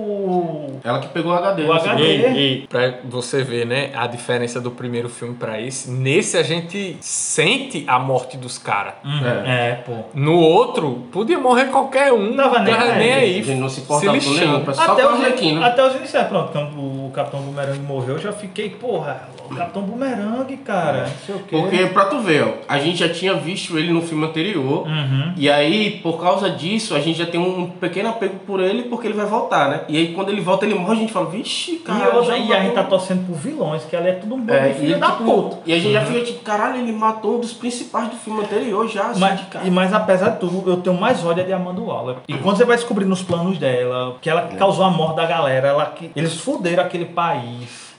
Speaker 3: o.
Speaker 2: Ela que pegou o H D.
Speaker 3: O
Speaker 2: né?
Speaker 3: H D.
Speaker 4: Ei, ei, pra você ver, né, a diferença do primeiro filme pra esse. Nesse a gente sente a morte dos caras.
Speaker 3: É. é, pô.
Speaker 4: No outro, podia morrer qualquer um.
Speaker 3: Não tava nem aí.
Speaker 4: nem
Speaker 2: A
Speaker 4: aí.
Speaker 2: gente não se importa com
Speaker 4: lixando.
Speaker 2: nenhum, só
Speaker 3: Até
Speaker 2: com o
Speaker 3: os,
Speaker 2: Arlequino.
Speaker 3: até os iniciais, pronto, quando o Capitão Boomerang morreu, eu já fiquei, porra, o Capitão Boomerang, cara, não sei o quê.
Speaker 2: Porque, pra tu ver, ó, a gente já tinha visto ele no filme anterior.
Speaker 3: Uhum.
Speaker 2: E aí, por causa disso, a gente já tem um pequeno apego por ele, porque ele vai voltar, né? E aí, quando ele volta, ele morre, a gente fala, vixe, cara.
Speaker 3: E, outra,
Speaker 2: já
Speaker 3: e a gente tá
Speaker 2: matou.
Speaker 3: torcendo por vilões, que ali é tudo um bando
Speaker 2: É,
Speaker 3: de
Speaker 2: e,
Speaker 3: filho da
Speaker 2: tipo,
Speaker 3: puta.
Speaker 2: e a gente já fica tipo, caralho, ele matou um dos principais do filme anterior já, assim,
Speaker 3: Mas,
Speaker 2: de cara.
Speaker 3: e, mas apesar de tudo, eu tenho mais ódio de Amanda Waller. E quando você vai descobrir nos planos dela, que ela causou a morte da galera, ela, que, eles fuderam aquele país.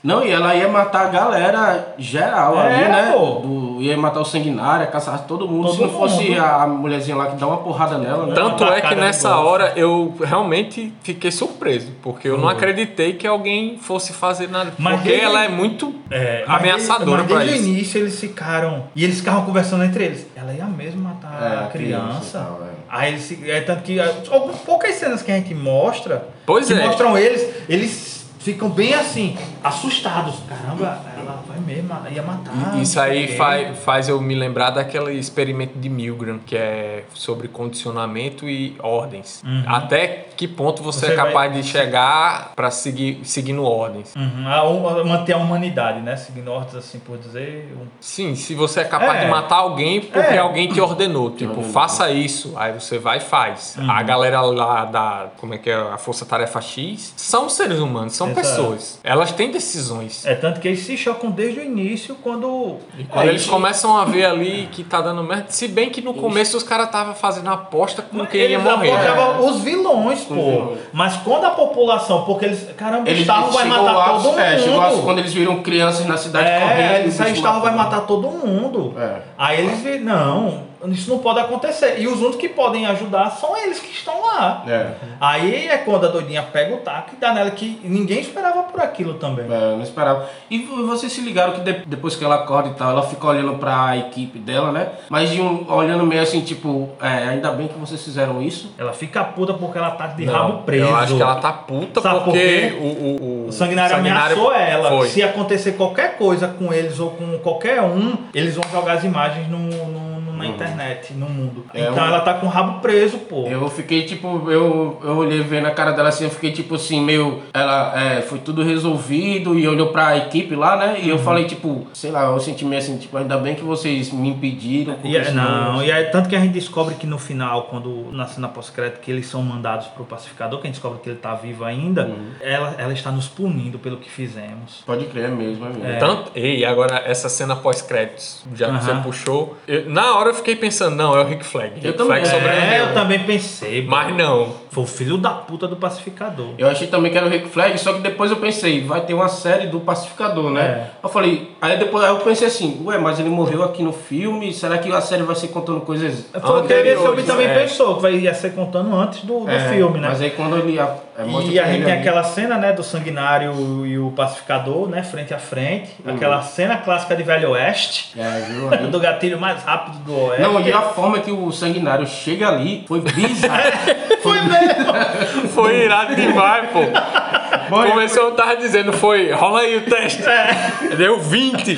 Speaker 2: Não, e ela ia matar a galera geral
Speaker 3: É,
Speaker 2: ali, né?
Speaker 3: pô.
Speaker 2: Do, ia matar o Sanguinário, caçar todo mundo.
Speaker 3: Todo
Speaker 2: Se não fosse
Speaker 3: mundo.
Speaker 2: a, a mulherzinha lá que dá uma porrada nela, né?
Speaker 4: Tanto
Speaker 3: Uma
Speaker 4: é que
Speaker 3: tacada de
Speaker 4: nessa
Speaker 3: golfe.
Speaker 4: hora eu realmente fiquei surpreso, porque eu não acreditei que alguém fosse fazer nada.
Speaker 3: Mas
Speaker 4: porque
Speaker 3: desde-
Speaker 4: ela é muito
Speaker 3: É, mas
Speaker 4: ameaçadora
Speaker 3: desde,
Speaker 4: pra
Speaker 3: mas desde
Speaker 4: isso.
Speaker 3: o início eles ficaram. E eles ficavam conversando entre eles. Ela ia mesmo matar
Speaker 2: É,
Speaker 3: a
Speaker 2: a criança
Speaker 3: criança.
Speaker 2: e tal, é.
Speaker 3: Aí eles se- é tanto que. Algumas poucas cenas que a gente mostra.
Speaker 4: Pois
Speaker 3: que
Speaker 4: é.
Speaker 3: mostram eles, eles ficam bem assim, assustados. Caramba, ela vai mesmo, ia matar.
Speaker 4: E Isso
Speaker 3: não sei
Speaker 4: aí
Speaker 3: o quê.
Speaker 4: faz, faz eu me lembrar daquele experimento de Milgram, que é sobre condicionamento e ordens. Até que ponto você,
Speaker 3: Você
Speaker 4: é capaz
Speaker 3: vai-
Speaker 4: de chegar para seguir seguindo ordens.
Speaker 3: Uhum, a, hum- manter a humanidade, né? Seguindo ordens assim por dizer. um-
Speaker 4: Sim, se você é capaz
Speaker 3: É.
Speaker 4: de matar alguém porque
Speaker 3: É.
Speaker 4: alguém te ordenou, tipo,
Speaker 2: ordenou.
Speaker 4: faça isso, aí você vai e faz. A galera lá da, como é que é, a Força Tarefa X, são seres humanos, são
Speaker 3: Exato.
Speaker 4: pessoas. Elas têm decisões.
Speaker 3: É tanto que eles se chocam desde o início quando.
Speaker 4: E quando
Speaker 2: É,
Speaker 4: eles
Speaker 2: isso-
Speaker 4: começam a ver ali que tá dando merda, se bem que no começo os caras estavam fazendo aposta com quem ia
Speaker 3: Eles
Speaker 4: morrer. né?
Speaker 3: apoiavam os vilões, pô.
Speaker 2: vilões.
Speaker 3: Mas quando a população, porque eles, caramba, o
Speaker 2: Eles
Speaker 3: Starro vai
Speaker 2: chegou
Speaker 3: matar
Speaker 2: lá,
Speaker 3: todo mundo.
Speaker 2: é, chegou lá quando eles viram crianças na cidade correndo.
Speaker 3: É,
Speaker 2: o
Speaker 3: eles aí o
Speaker 2: bicho
Speaker 3: Starro vai
Speaker 2: matou.
Speaker 3: matar todo mundo.
Speaker 2: É.
Speaker 3: Aí eles viram, não, isso não pode acontecer. E os únicos que podem ajudar são eles que estão lá.
Speaker 2: É.
Speaker 3: Aí é quando a doidinha pega o taco e dá nela, que ninguém esperava por aquilo também.
Speaker 2: É, eu não esperava. E vo- vocês se ligaram que de- depois que ela acorda e tal, ela fica olhando pra equipe dela, né? Mas de um, olhando meio assim, tipo, é, ainda bem que vocês fizeram isso.
Speaker 3: Ela fica puta porque ela tá de
Speaker 4: Não,
Speaker 3: rabo preso.
Speaker 4: Eu acho que ela tá puta
Speaker 3: Sabe por
Speaker 4: porque
Speaker 3: quê?
Speaker 4: o, o, o,
Speaker 3: O Sanguinário ameaçou ela.
Speaker 4: Foi.
Speaker 3: Se acontecer qualquer coisa com eles ou com qualquer um, eles vão jogar as imagens no, no- no- na internet, no mundo.
Speaker 2: É
Speaker 3: então
Speaker 2: um-
Speaker 3: ela tá com o rabo preso, pô.
Speaker 2: Eu fiquei tipo, eu, eu olhei vendo a cara dela assim, eu fiquei tipo assim, meio. Ela é, foi tudo resolvido e olhou pra equipe lá, né? E eu falei, tipo, sei lá, eu senti meio assim, tipo, ainda bem que vocês me impediram. porque
Speaker 3: E é-
Speaker 2: senão-
Speaker 3: não, e é tanto que a gente descobre que no final, quando na cena pós-crédito, que eles são mandados pro pacificador, que a gente descobre que ele tá vivo ainda, ela, ela está nos punindo pelo que fizemos.
Speaker 2: Pode crer, é mesmo, é mesmo.
Speaker 4: Tanto, e agora essa cena pós-créditos, já que você
Speaker 3: Aham.
Speaker 4: puxou, eu- na hora eu fiquei pensando, não, é o Rick Flag.
Speaker 2: Eu
Speaker 4: Rick
Speaker 2: também.
Speaker 4: Flag
Speaker 3: É,
Speaker 4: sobreviveu.
Speaker 3: eu também pensei. pô.
Speaker 4: Mas não.
Speaker 3: Foi o filho da puta do pacificador.
Speaker 2: Eu achei também que era o Rick Flag, só que depois eu pensei, vai ter uma série do Pacificador, né?
Speaker 3: É.
Speaker 2: Eu falei, aí depois aí eu pensei assim, ué, mas ele morreu aqui no filme, será que a série vai ser contando coisas
Speaker 3: Foi o que esse homem
Speaker 4: anteriores,
Speaker 3: também
Speaker 4: é.
Speaker 3: pensou, que vai ia ser contando antes do, do
Speaker 2: É,
Speaker 3: filme, né?
Speaker 2: Mas aí quando ele a- é, mostra
Speaker 3: E a
Speaker 2: que
Speaker 3: gente
Speaker 2: ele
Speaker 3: tem
Speaker 2: ali-
Speaker 3: aquela cena, né, do Sanguinário e o Pacificador, né, frente a frente. Aquela cena clássica de Velho Oeste.
Speaker 2: É, viu? Aí-
Speaker 3: Do gatilho mais rápido do Oeste.
Speaker 2: Não, e a forma que o Sanguinário chega ali foi bizarro.
Speaker 3: Foi mesmo!
Speaker 4: Foi irado demais, pô. Começou, eu tava dizendo, foi, rola aí o teste. Deu vinte.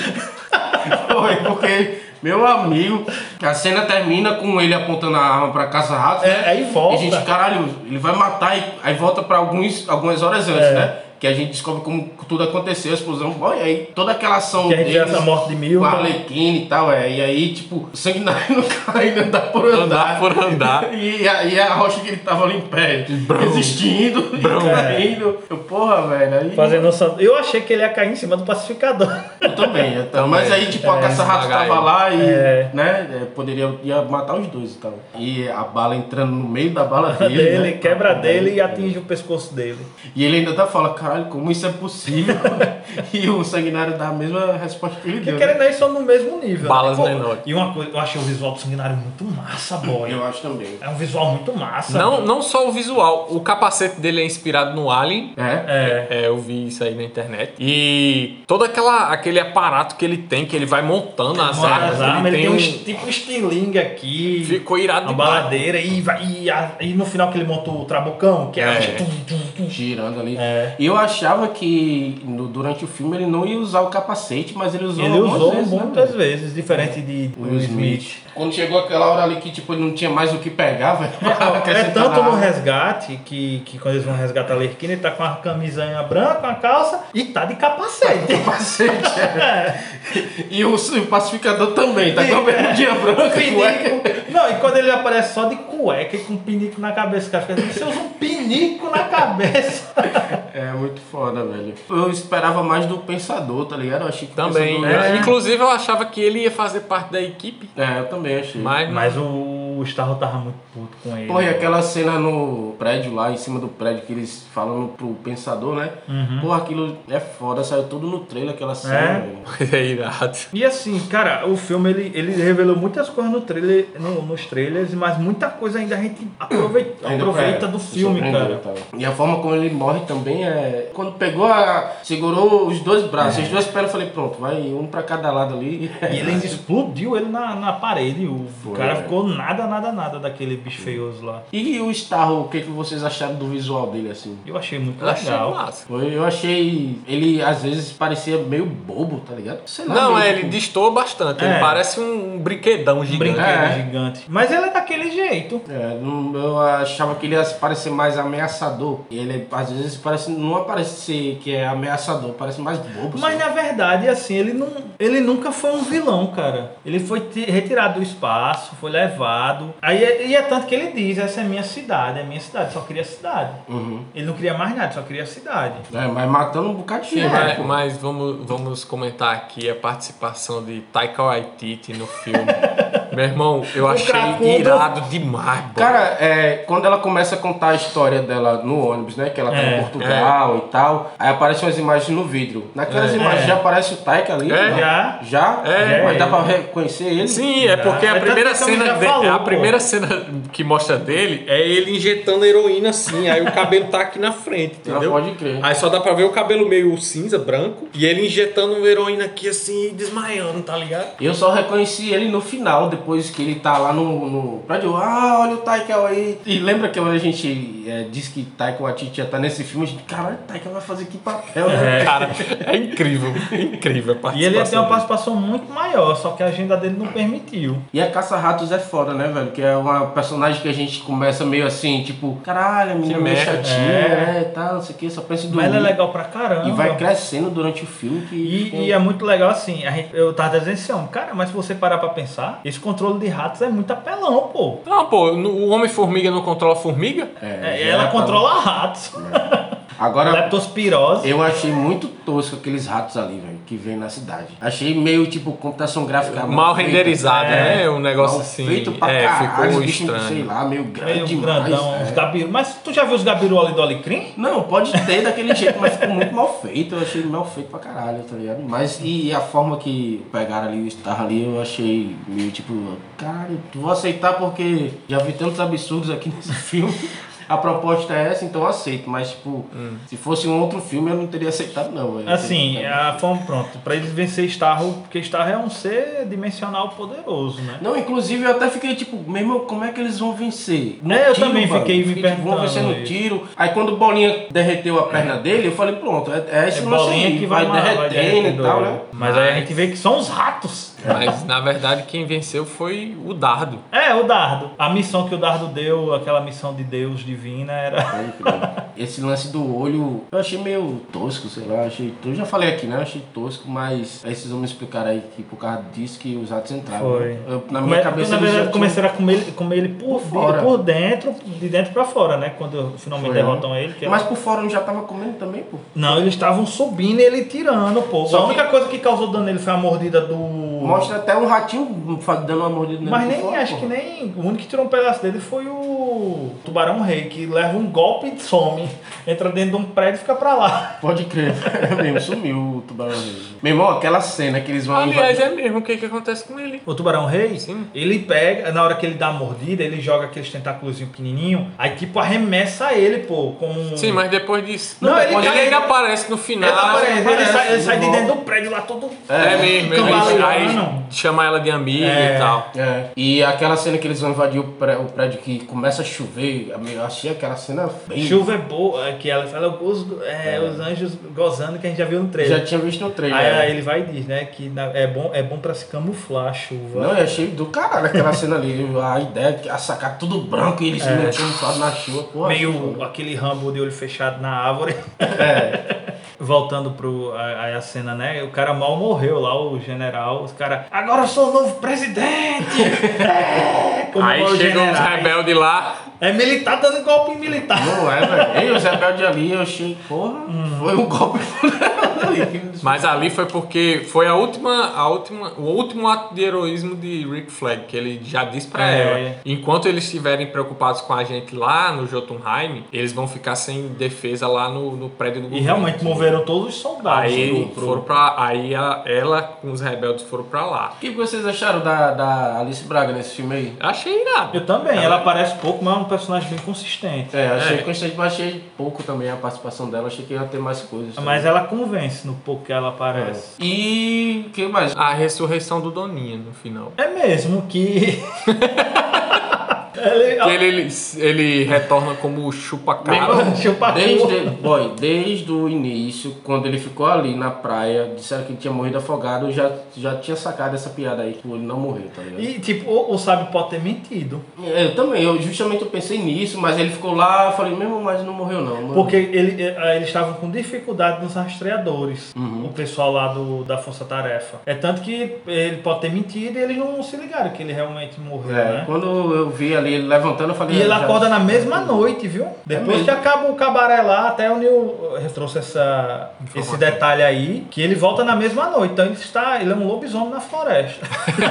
Speaker 2: Foi, porque, meu amigo, a cena termina com ele apontando a arma pra caça-ratos,
Speaker 3: É,
Speaker 2: né?
Speaker 3: aí volta.
Speaker 2: E a gente, caralho, ele vai matar, e aí volta pra alguns, algumas horas antes,
Speaker 3: É.
Speaker 2: né? Que a gente descobre como tudo aconteceu, a explosão, bom, e aí toda aquela ação
Speaker 3: Que a gente vê
Speaker 2: deles,
Speaker 3: essa morte de Milton.
Speaker 2: com a Arlequina e tal, é, e aí, tipo, o Sanguinário não cai, não dá por andar.
Speaker 4: Andar por andar.
Speaker 2: E a, e a rocha que ele tava ali em pé, resistindo,
Speaker 3: É.
Speaker 2: caindo. Eu, porra, velho, aí...
Speaker 3: Fazendo san- Eu achei que ele ia cair em cima do pacificador.
Speaker 2: Eu também, eu também. Mas aí, tipo, a
Speaker 3: É,
Speaker 2: caça-rato
Speaker 4: esmagar
Speaker 2: tava
Speaker 4: ele.
Speaker 2: lá e,
Speaker 3: É.
Speaker 2: né, é, poderia ia matar os dois e tal. E a bala entrando no meio da bala dele,
Speaker 3: dele,
Speaker 2: né?
Speaker 3: quebra dele e atinge o pescoço dele.
Speaker 2: E ele ainda tá falando, caralho, como isso é possível? E o Sanguinário dá a mesma resposta que ele
Speaker 3: Porque
Speaker 2: deu.
Speaker 3: querendo
Speaker 2: Né?
Speaker 3: ou não, são no mesmo nível.
Speaker 4: Balas
Speaker 3: né? Pô,
Speaker 4: menores.
Speaker 3: E uma coisa, eu achei o visual do Sanguinário muito massa, boy.
Speaker 2: Eu acho também.
Speaker 3: É um visual muito massa.
Speaker 4: Não, não só o visual, o capacete dele é inspirado no Alien.
Speaker 2: É?
Speaker 3: É.
Speaker 4: É, eu vi isso aí na internet. E todo aquela, aquele aparato que ele tem, que ele vai montando as
Speaker 3: Mano,
Speaker 4: armas.
Speaker 3: as armas, ele tem
Speaker 4: um...
Speaker 3: um es- tipo um estilingue aqui.
Speaker 4: Ficou irado
Speaker 3: Uma
Speaker 4: demais.
Speaker 3: baladeira e, vai, e, a- e no final que ele montou o trabucão, que é,
Speaker 4: É.
Speaker 3: tum, tum, tum.
Speaker 2: Girando ali.
Speaker 3: É.
Speaker 2: E eu achava que no- durante o filme ele não ia usar o capacete, mas ele usou
Speaker 3: Ele
Speaker 2: algumas
Speaker 3: usou
Speaker 2: vezes, né,
Speaker 3: muitas
Speaker 2: velho?
Speaker 3: vezes, diferente de
Speaker 2: Will Smith. Quando chegou aquela hora ali que tipo, ele não tinha mais o que pegar, velho.
Speaker 3: É
Speaker 2: Acrescentar
Speaker 3: tanto
Speaker 2: na
Speaker 3: no
Speaker 2: arma.
Speaker 3: resgate que, que quando eles vão resgatar a Lerquina, ele tá com uma camisinha branca, uma calça e tá de capacete.
Speaker 2: Capacete, é.
Speaker 3: É.
Speaker 2: E o, o pacificador também, tá com a bermudinha branca, cueca.
Speaker 3: Pinico. Não, e quando ele aparece só de cueca e com um pinico na cabeça, cara, fica assim, você usa um pinico na cabeça.
Speaker 2: É muito foda, velho. Eu esperava mais do Pensador, tá ligado? Eu achei que o
Speaker 4: Também.
Speaker 2: Pensador...
Speaker 4: É, inclusive, eu achava que ele ia fazer parte da equipe.
Speaker 2: É, eu também achei.
Speaker 4: Mas,
Speaker 3: Mas o o Starro tava muito puto com ele.
Speaker 2: Porra, e aquela cena no prédio lá, em cima do prédio, que eles falam pro pensador, né?
Speaker 3: Uhum.
Speaker 2: Porra, aquilo é foda, saiu tudo no trailer, aquela cena,
Speaker 3: É.
Speaker 2: velho.
Speaker 4: É irado.
Speaker 3: E assim, cara, o filme ele, ele revelou muitas coisas no trailer, no- nos trailers, mas muita coisa ainda a gente aproveita,
Speaker 2: Ainda
Speaker 3: aproveita
Speaker 2: pra-
Speaker 3: do
Speaker 2: se
Speaker 3: filme,
Speaker 2: surpreendeu,
Speaker 3: cara.
Speaker 2: tá? E a forma como ele morre também é. Quando pegou a. Segurou os dois braços, as duas pernas, eu falei, pronto, vai um pra cada lado ali.
Speaker 3: E ele ainda explodiu ele na, na parede. O
Speaker 2: Foi,
Speaker 3: cara
Speaker 2: é.
Speaker 3: ficou nada, nada, nada daquele bicho feioso lá.
Speaker 2: E o Starro, o que, que vocês acharam do visual dele assim?
Speaker 3: Eu achei muito
Speaker 4: Eu achei
Speaker 3: legal.
Speaker 4: massa.
Speaker 2: Foi, eu achei. Ele às vezes parecia meio bobo, tá ligado? Sei lá,
Speaker 4: Não,
Speaker 2: meio,
Speaker 4: é,
Speaker 2: tipo,
Speaker 4: ele destoa bastante.
Speaker 3: É.
Speaker 4: Ele parece um brinquedão
Speaker 3: Um
Speaker 4: gigante.
Speaker 3: brinquedo
Speaker 2: É.
Speaker 3: gigante. Mas ele é daquele jeito.
Speaker 2: É, não- eu achava que ele ia parecer mais ameaçador. E ele às vezes parece, não aparece ser que é ameaçador, parece mais bobo.
Speaker 3: Mas
Speaker 2: assim.
Speaker 3: na verdade, assim, ele, não, ele nunca foi um vilão, cara. Ele foi ti- retirado do espaço, foi levado. Aí, é- e é tanto que ele diz, essa é minha cidade, é minha cidade, só queria cidade.
Speaker 2: Uhum.
Speaker 3: Ele não queria mais nada, só queria cidade.
Speaker 2: É, mas matando um bocado de
Speaker 4: Sim,
Speaker 2: gente.
Speaker 4: mas,
Speaker 2: pô.
Speaker 4: mas vamos, vamos comentar aqui a participação de Taika Waititi no filme. Meu irmão, eu achei
Speaker 3: cracudo.
Speaker 4: irado demais, pô.
Speaker 2: Cara, é, quando ela começa a contar a história dela no ônibus, né? Que ela tá
Speaker 3: É,
Speaker 2: em Portugal e tal. Aí aparecem umas imagens no vidro. Naquelas
Speaker 4: É.
Speaker 2: imagens
Speaker 3: É.
Speaker 2: já aparece o Taika ali?
Speaker 4: É.
Speaker 2: né?
Speaker 3: Já.
Speaker 2: Já?
Speaker 4: É.
Speaker 2: Mas dá pra reconhecer ele?
Speaker 4: Sim, é porque
Speaker 3: É
Speaker 4: a
Speaker 3: tanto
Speaker 4: primeira
Speaker 3: que a Camila
Speaker 4: cena
Speaker 3: já
Speaker 4: de-
Speaker 3: falou,
Speaker 4: a
Speaker 3: pô.
Speaker 4: primeira cena que mostra dele é ele injetando heroína assim, aí o cabelo tá aqui na frente,
Speaker 2: Não,
Speaker 4: entendeu?
Speaker 2: pode crer.
Speaker 4: Aí só dá pra ver o cabelo meio cinza, branco, e ele injetando heroína aqui assim e desmaiando, tá ligado?
Speaker 2: Eu só reconheci ele no final, depois que ele tá lá no, no prédio. Ah, olha o Taika aí. E lembra que quando a gente é, disse que Taika Waititi já tá nesse filme, a gente, caralho, Taika vai fazer que papel, né?
Speaker 4: Cara, é incrível, é incrível a participação.
Speaker 3: E ele ia ter uma
Speaker 4: dele.
Speaker 3: participação muito maior, só que a agenda dele não permitiu.
Speaker 2: E a Caça-Ratos é foda, né, velho? Que é uma personagem que a gente começa meio assim, tipo, caralho, a menina
Speaker 4: Que
Speaker 2: meio
Speaker 4: merda.
Speaker 2: chatinha,
Speaker 3: É.
Speaker 2: né, e tal, não sei o que, só pensa em dormir.
Speaker 3: Mas ele é legal pra caramba.
Speaker 2: E vai crescendo durante o filme. Que,
Speaker 3: E, e é muito legal assim, a gente, eu tava dizendo assim, ó, cara, mas se você parar pra pensar, esse controle de ratos é muito apelão, pô.
Speaker 4: Não, pô, no- o Homem-Formiga não controla a formiga?
Speaker 3: É,
Speaker 2: já
Speaker 3: ela
Speaker 2: tá-
Speaker 3: controla ratos.
Speaker 2: Agora,
Speaker 3: Leptospirose.
Speaker 2: eu achei muito tosco aqueles ratos ali, velho, que vem na cidade. Achei meio, tipo, computação gráfica
Speaker 4: Mal
Speaker 2: feita.
Speaker 4: renderizado,
Speaker 2: É,
Speaker 4: né? Um negócio
Speaker 2: mal
Speaker 4: assim.
Speaker 2: feito pra
Speaker 4: É,
Speaker 2: caralho,
Speaker 4: ficou
Speaker 2: os bichos,
Speaker 4: estranho.
Speaker 2: sei lá, meio grande
Speaker 3: Meio
Speaker 2: demais.
Speaker 3: grandão,
Speaker 2: é.
Speaker 3: uns gabiru. Mas tu já viu os gabiru ali do Alecrim?
Speaker 2: Não, pode ter daquele jeito, mas ficou muito mal feito. Eu achei mal feito pra caralho, tá ligado? Mas e a forma que pegaram ali o Star ali, eu achei meio tipo, caralho, vou aceitar porque já vi tantos absurdos aqui nesse filme. A proposta é essa, então eu aceito. Mas, tipo, se fosse um outro filme, eu não teria aceitado, não. velho.
Speaker 3: Assim, a forma, pronto, pra eles vencer Starro, porque Starro é um ser dimensional poderoso, né?
Speaker 2: Não, inclusive eu até fiquei tipo, meu irmão, como é que eles vão vencer? No
Speaker 3: É, eu também
Speaker 2: mano.
Speaker 3: fiquei me
Speaker 2: tipo, Vão
Speaker 3: perguntando
Speaker 2: vencer no
Speaker 3: isso.
Speaker 2: tiro. Aí quando o Bolinha derreteu a perna dele, eu falei, pronto, é, é esse
Speaker 3: É
Speaker 2: lance
Speaker 3: bolinha
Speaker 2: aí,
Speaker 3: que vai,
Speaker 2: vai,
Speaker 3: vai
Speaker 2: derretendo
Speaker 3: derretendo
Speaker 2: e tal,
Speaker 3: ele.
Speaker 2: né?
Speaker 3: Mas aí a gente vê que são os ratos.
Speaker 4: Mas na verdade quem venceu foi o Dardo.
Speaker 3: É, o dardo. A missão que o dardo deu, aquela missão de Deus divina, era.
Speaker 2: Pode crer. Esse lance do olho, eu achei meio tosco, sei lá, achei tosco. Eu já falei aqui, né? Achei tosco, mas aí vocês vão me explicar aí que por causa disso que os ratos entraram.
Speaker 3: Foi.
Speaker 2: Eu, na
Speaker 3: Come-
Speaker 2: minha cabeça
Speaker 3: na
Speaker 2: eles já
Speaker 3: verdade,
Speaker 2: tinham-
Speaker 3: começaram a comer, ele- comer ele por,
Speaker 2: Por fora.
Speaker 3: por dentro, de dentro pra fora, né? Quando finalmente
Speaker 2: Foi,
Speaker 3: derrotam ele. Que é-
Speaker 2: Mas por fora não já tava comendo também, pô.
Speaker 3: Não, eles estavam subindo e ele tirando, pô.
Speaker 2: Só
Speaker 3: a única
Speaker 2: que-
Speaker 3: coisa que causou dano nele foi a mordida do.
Speaker 2: Mostra até um ratinho dando uma mordida nele
Speaker 3: Mas
Speaker 2: por
Speaker 3: nem,
Speaker 2: fora,
Speaker 3: acho
Speaker 2: pô.
Speaker 3: que nem. O único que tirou um pedaço dele foi o Tubarão Rei, que leva um golpe e some. Entra dentro de um prédio e fica pra lá.
Speaker 2: Pode crer. É mesmo, sumiu o tubarão rei. Meu irmão, aquela cena que eles vão
Speaker 4: Aliás,
Speaker 2: invadir-
Speaker 4: é mesmo o que, que acontece com ele.
Speaker 3: O Tubarão Rei,
Speaker 4: Sim.
Speaker 3: ele pega, na hora que ele dá a mordida, ele joga aqueles tentáculos pequenininhos, aí tipo arremessa ele, pô, com um.
Speaker 4: Sim, mas depois disso.
Speaker 3: Não, ele
Speaker 4: depois
Speaker 3: cai-
Speaker 4: ainda aparece no final.
Speaker 3: Ele, aparece, ele
Speaker 2: aparece,
Speaker 3: sai, ele sai de
Speaker 2: volta.
Speaker 3: dentro do prédio lá todo.
Speaker 4: É mesmo, ele
Speaker 3: cambaleando.
Speaker 4: aí chama ela de amiga
Speaker 3: É.
Speaker 4: e tal.
Speaker 2: É. E aquela cena que eles vão invadir o pré- o prédio que começa a chover, eu achei aquela cena bem...
Speaker 3: Chuva é boa, é que ela fala os, é, os anjos gozando que a gente já viu no trailer.
Speaker 2: Já tinha visto no trailer.
Speaker 3: Aí,
Speaker 2: né?
Speaker 3: aí ele vai e diz, né, que na- é bom, é bom pra se camuflar a chuva.
Speaker 2: Não, eu achei do caralho aquela cena ali. A ideia de a sacar tudo branco e eles se metendo só na chuva. Porra,
Speaker 3: Meio aquele Rambo de olho fechado na árvore.
Speaker 2: É.
Speaker 3: Voltando pro a, a cena, né? O cara mal morreu lá, o general. Os caras, agora eu sou o novo presidente! É, como
Speaker 4: Aí
Speaker 3: os
Speaker 4: chegam os
Speaker 3: generais.
Speaker 4: rebeldes lá,
Speaker 3: É militar dando golpe em militar.
Speaker 2: Não é, velho. E os rebeldes ali, eu achei, porra, hum. foi um golpe.
Speaker 4: Mas ali foi porque foi a última, a última, o último ato de heroísmo de Rick Flag, que ele já disse pra
Speaker 3: é.
Speaker 4: ela. Enquanto eles estiverem preocupados com a gente lá no Jotunheim, eles vão ficar sem defesa lá no, no prédio do governo.
Speaker 3: E realmente moveram todos os soldados.
Speaker 4: Aí, pro... foram pra, aí a, ela com os rebeldes foram pra lá.
Speaker 2: O que vocês acharam da, da Alice Braga nesse filme aí?
Speaker 4: Achei irado.
Speaker 3: Eu também. Ela, ela aparece pouco, mas é um personagem bem consistente.
Speaker 2: É, achei
Speaker 4: é.
Speaker 2: consistente, mas achei pouco também a participação dela. Achei que ia ter mais coisas.
Speaker 3: Mas também. Ela convence no pouco que ela aparece.
Speaker 2: É. E o que mais?
Speaker 4: A ressurreição do Doninha no final.
Speaker 3: É mesmo que...
Speaker 4: Ele, que ele, ele, ele retorna como chupa-cara.
Speaker 3: Chupa
Speaker 2: desde, boy, desde o início, quando ele ficou ali na praia, disseram que ele tinha morrido afogado, eu já, já tinha sacado essa piada aí, que ele não morreu, tá ligado?
Speaker 3: E tipo, o, o Sábio pode ter mentido.
Speaker 2: É, eu também, eu justamente eu pensei nisso, mas ele ficou lá, eu falei, mesmo, mas não morreu não. Mano.
Speaker 3: Porque ele, eles estavam com dificuldade nos rastreadores,
Speaker 2: uhum.
Speaker 3: o pessoal lá do, da Força Tarefa. É tanto que ele pode ter mentido e eles não se ligaram que ele realmente morreu,
Speaker 2: é,
Speaker 3: né?
Speaker 2: Quando eu vi ali ele levantando, eu falei...
Speaker 3: E ele
Speaker 2: já...
Speaker 3: acorda na mesma noite, viu? Depois é que acaba o cabaré lá, até o Neil trouxe essa, esse detalhe aí, que ele volta na mesma noite. Então ele está, ele é um lobisomem na floresta.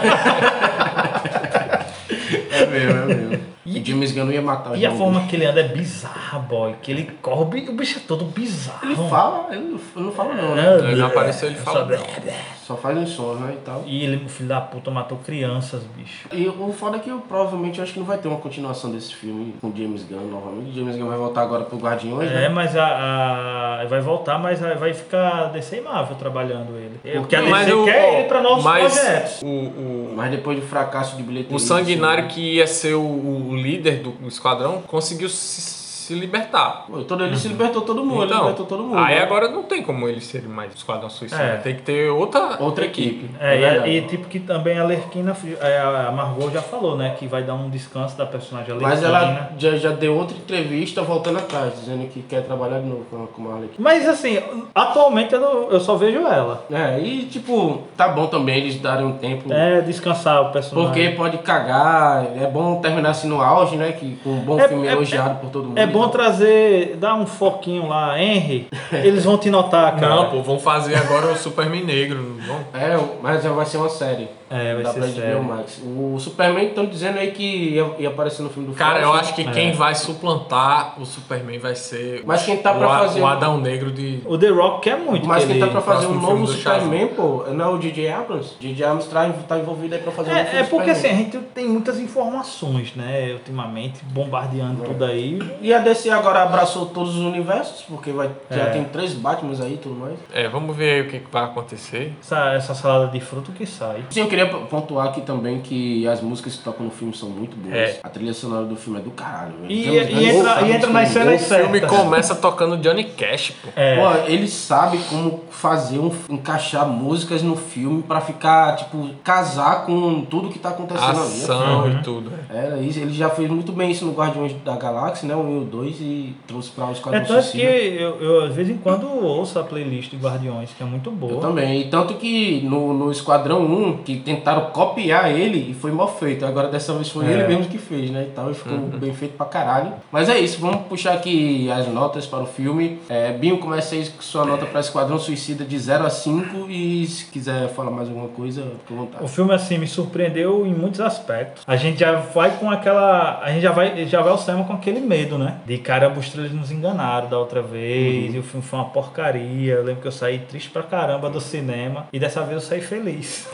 Speaker 2: É mesmo, é mesmo. E James Gunn não ia matar o
Speaker 3: E a forma que ele anda é bizarra, boy. Que ele corre, o bicho é todo bizarro.
Speaker 2: Ele fala, ele não fala não, né?
Speaker 4: Ele não apareceu, ele fala.
Speaker 2: Só faz uns sons, né, e tal.
Speaker 3: E ele, o filho da puta, matou crianças, bicho.
Speaker 2: E o foda é que eu provavelmente eu acho que não vai ter uma continuação desse filme com James Gunn novamente. James Gunn vai voltar agora pro Guardiões,
Speaker 3: É,
Speaker 2: né?
Speaker 3: mas a, a... vai voltar, mas vai ficar D C e Marvel trabalhando ele. Porque a D C
Speaker 4: mas
Speaker 3: quer
Speaker 4: o,
Speaker 3: ele pra novos
Speaker 4: mas
Speaker 3: projetos.
Speaker 4: O, o,
Speaker 2: mas depois do fracasso de bilheteria...
Speaker 4: O Sanguinário, que ia ser o, o líder do, do esquadrão, conseguiu se... se libertar.
Speaker 2: Pô, todo, ele uhum. se libertou todo mundo,
Speaker 4: então,
Speaker 2: ele libertou todo mundo.
Speaker 4: Aí
Speaker 2: né?
Speaker 4: agora não tem como eles serem mais Esquadrão Suicida.
Speaker 3: É.
Speaker 4: Tem que ter outra,
Speaker 2: outra equipe.
Speaker 3: É, é e, e tipo que também a Lerquina, a Margot já falou, né? Que vai dar um descanso da personagem Lerquina.
Speaker 2: Mas ela já, já deu outra entrevista voltando atrás, dizendo que quer trabalhar de novo com, com a Arlequina.
Speaker 3: Mas assim, atualmente eu, não, eu só vejo ela.
Speaker 2: É, e tipo, tá bom também eles darem um tempo...
Speaker 3: É, descansar o personagem.
Speaker 2: Porque pode cagar, é bom terminar assim no auge, né? Que, com um bom
Speaker 3: é,
Speaker 2: filme
Speaker 3: é,
Speaker 2: elogiado
Speaker 3: é,
Speaker 2: por todo mundo.
Speaker 3: É bom trazer, dar um foquinho lá, Henry, eles vão te notar, cara.
Speaker 4: Não, pô, vão fazer agora o Superman negro, não vão?
Speaker 2: É, mas vai ser uma série.
Speaker 3: É, vai
Speaker 2: da
Speaker 3: ser
Speaker 2: pra
Speaker 3: série.
Speaker 2: H B O Max. O Superman estão dizendo aí que ia, ia aparecer no filme do
Speaker 4: Cara,
Speaker 2: Flash.
Speaker 4: eu acho que
Speaker 3: É.
Speaker 4: quem vai suplantar o Superman vai ser
Speaker 2: Mas quem tá pra
Speaker 4: o,
Speaker 2: fazer-
Speaker 4: o Adão Negro de...
Speaker 3: O The Rock quer muito.
Speaker 2: Mas
Speaker 3: que
Speaker 2: quem
Speaker 3: ele...
Speaker 2: tá pra fazer um
Speaker 4: próximo
Speaker 2: novo
Speaker 4: filme do
Speaker 2: Superman, pô, não é o J J Abrams? J J Abrams tá, tá envolvido aí pra fazer um novo
Speaker 3: É,
Speaker 2: filme
Speaker 3: é porque assim, a
Speaker 2: Superman.
Speaker 3: gente tem muitas informações, né, ultimamente, bombardeando tudo aí.
Speaker 2: E a D C agora abraçou todos os universos, porque vai, já
Speaker 3: É.
Speaker 2: tem três Batmans aí e tudo mais.
Speaker 4: É, vamos ver aí o que, que vai acontecer.
Speaker 3: Essa, essa salada de fruto que sai.
Speaker 2: Sim, eu queria pontuar aqui também que as músicas que tocam no filme são muito boas.
Speaker 4: É.
Speaker 2: A trilha sonora do filme é do caralho, velho.
Speaker 3: E-
Speaker 2: James
Speaker 3: e
Speaker 2: Gunn
Speaker 3: entra-
Speaker 2: sabe
Speaker 3: e entra nas
Speaker 2: escrever.
Speaker 3: cenas
Speaker 4: O filme
Speaker 3: certas.
Speaker 4: começa tocando Johnny Cash, pô.
Speaker 3: É.
Speaker 2: Pô, ele sabe como fazer um, encaixar músicas no filme pra ficar, tipo, casar com tudo que tá acontecendo
Speaker 4: Ação
Speaker 2: ali.
Speaker 4: e tudo. é.
Speaker 2: Era isso, ele já fez muito bem isso no Guardiões da Galáxia, né? O um e o dois, e trouxe pra o
Speaker 3: É
Speaker 2: Esquadrão
Speaker 3: tanto que
Speaker 2: Suicida.
Speaker 3: eu, eu, de vez em quando, ouço a playlist de Guardiões, que é muito boa.
Speaker 2: Eu também. E tanto que no, no Esquadrão um, que tentaram copiar ele e foi mal feito. Agora dessa vez foi
Speaker 3: É.
Speaker 2: ele mesmo que fez, né? E tal, e ficou bem feito pra caralho. Mas é isso, vamos puxar aqui as notas para o filme. É, Binho, começa aí com sua nota pra Esquadrão Suicida de zero a cinco. E se quiser falar mais alguma coisa, fica à vontade.
Speaker 3: O filme, assim, me surpreendeu em muitos aspectos. A gente já vai com aquela... A gente já vai, já vai ao cinema com aquele medo, né? De caramba, os trailers nos enganaram da outra vez.
Speaker 2: Uhum.
Speaker 3: E o filme foi uma porcaria. Eu lembro que eu saí triste pra caramba do cinema. E dessa vez eu saí feliz.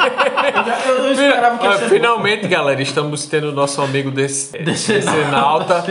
Speaker 2: Eu, já- eu- eu esperava que ia
Speaker 4: Olha,
Speaker 2: ser-
Speaker 4: finalmente, galera, estamos tendo o nosso amigo desse, desse Nauta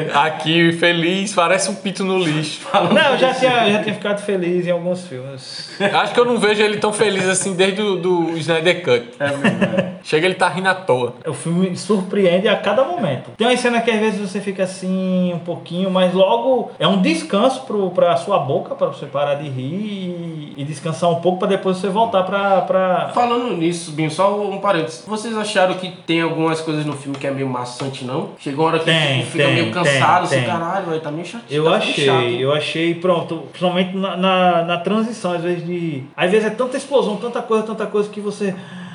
Speaker 4: aqui feliz, parece um pito no lixo.
Speaker 3: Não, eu já tinha, eu já tinha ficado feliz em alguns filmes.
Speaker 4: Acho que eu não vejo ele tão feliz assim desde o do Snyder Cut.
Speaker 2: É verdade.
Speaker 4: Chega, ele tá rindo à toa.
Speaker 3: O filme surpreende a cada momento. Tem uma cena que às vezes você fica assim, um pouquinho, mas logo é um descanso pro, pra sua boca, pra você parar de rir e, e descansar um pouco pra depois você voltar pra... pra...
Speaker 2: Falando nisso, Binho, só um parênteses. Vocês acharam que tem algumas coisas no filme que é meio maçante, não? Chegou uma hora que
Speaker 3: Tem,
Speaker 2: tipo, fica
Speaker 3: tem,
Speaker 2: meio cansado,
Speaker 3: tem,
Speaker 2: assim,
Speaker 3: tem.
Speaker 2: caralho, velho, tá meio chato.
Speaker 3: Eu
Speaker 2: tá ficando
Speaker 3: achei,
Speaker 2: chato.
Speaker 3: eu achei, pronto, principalmente na, na, na transição, às vezes de... Às vezes é tanta explosão, tanta coisa, tanta coisa que você...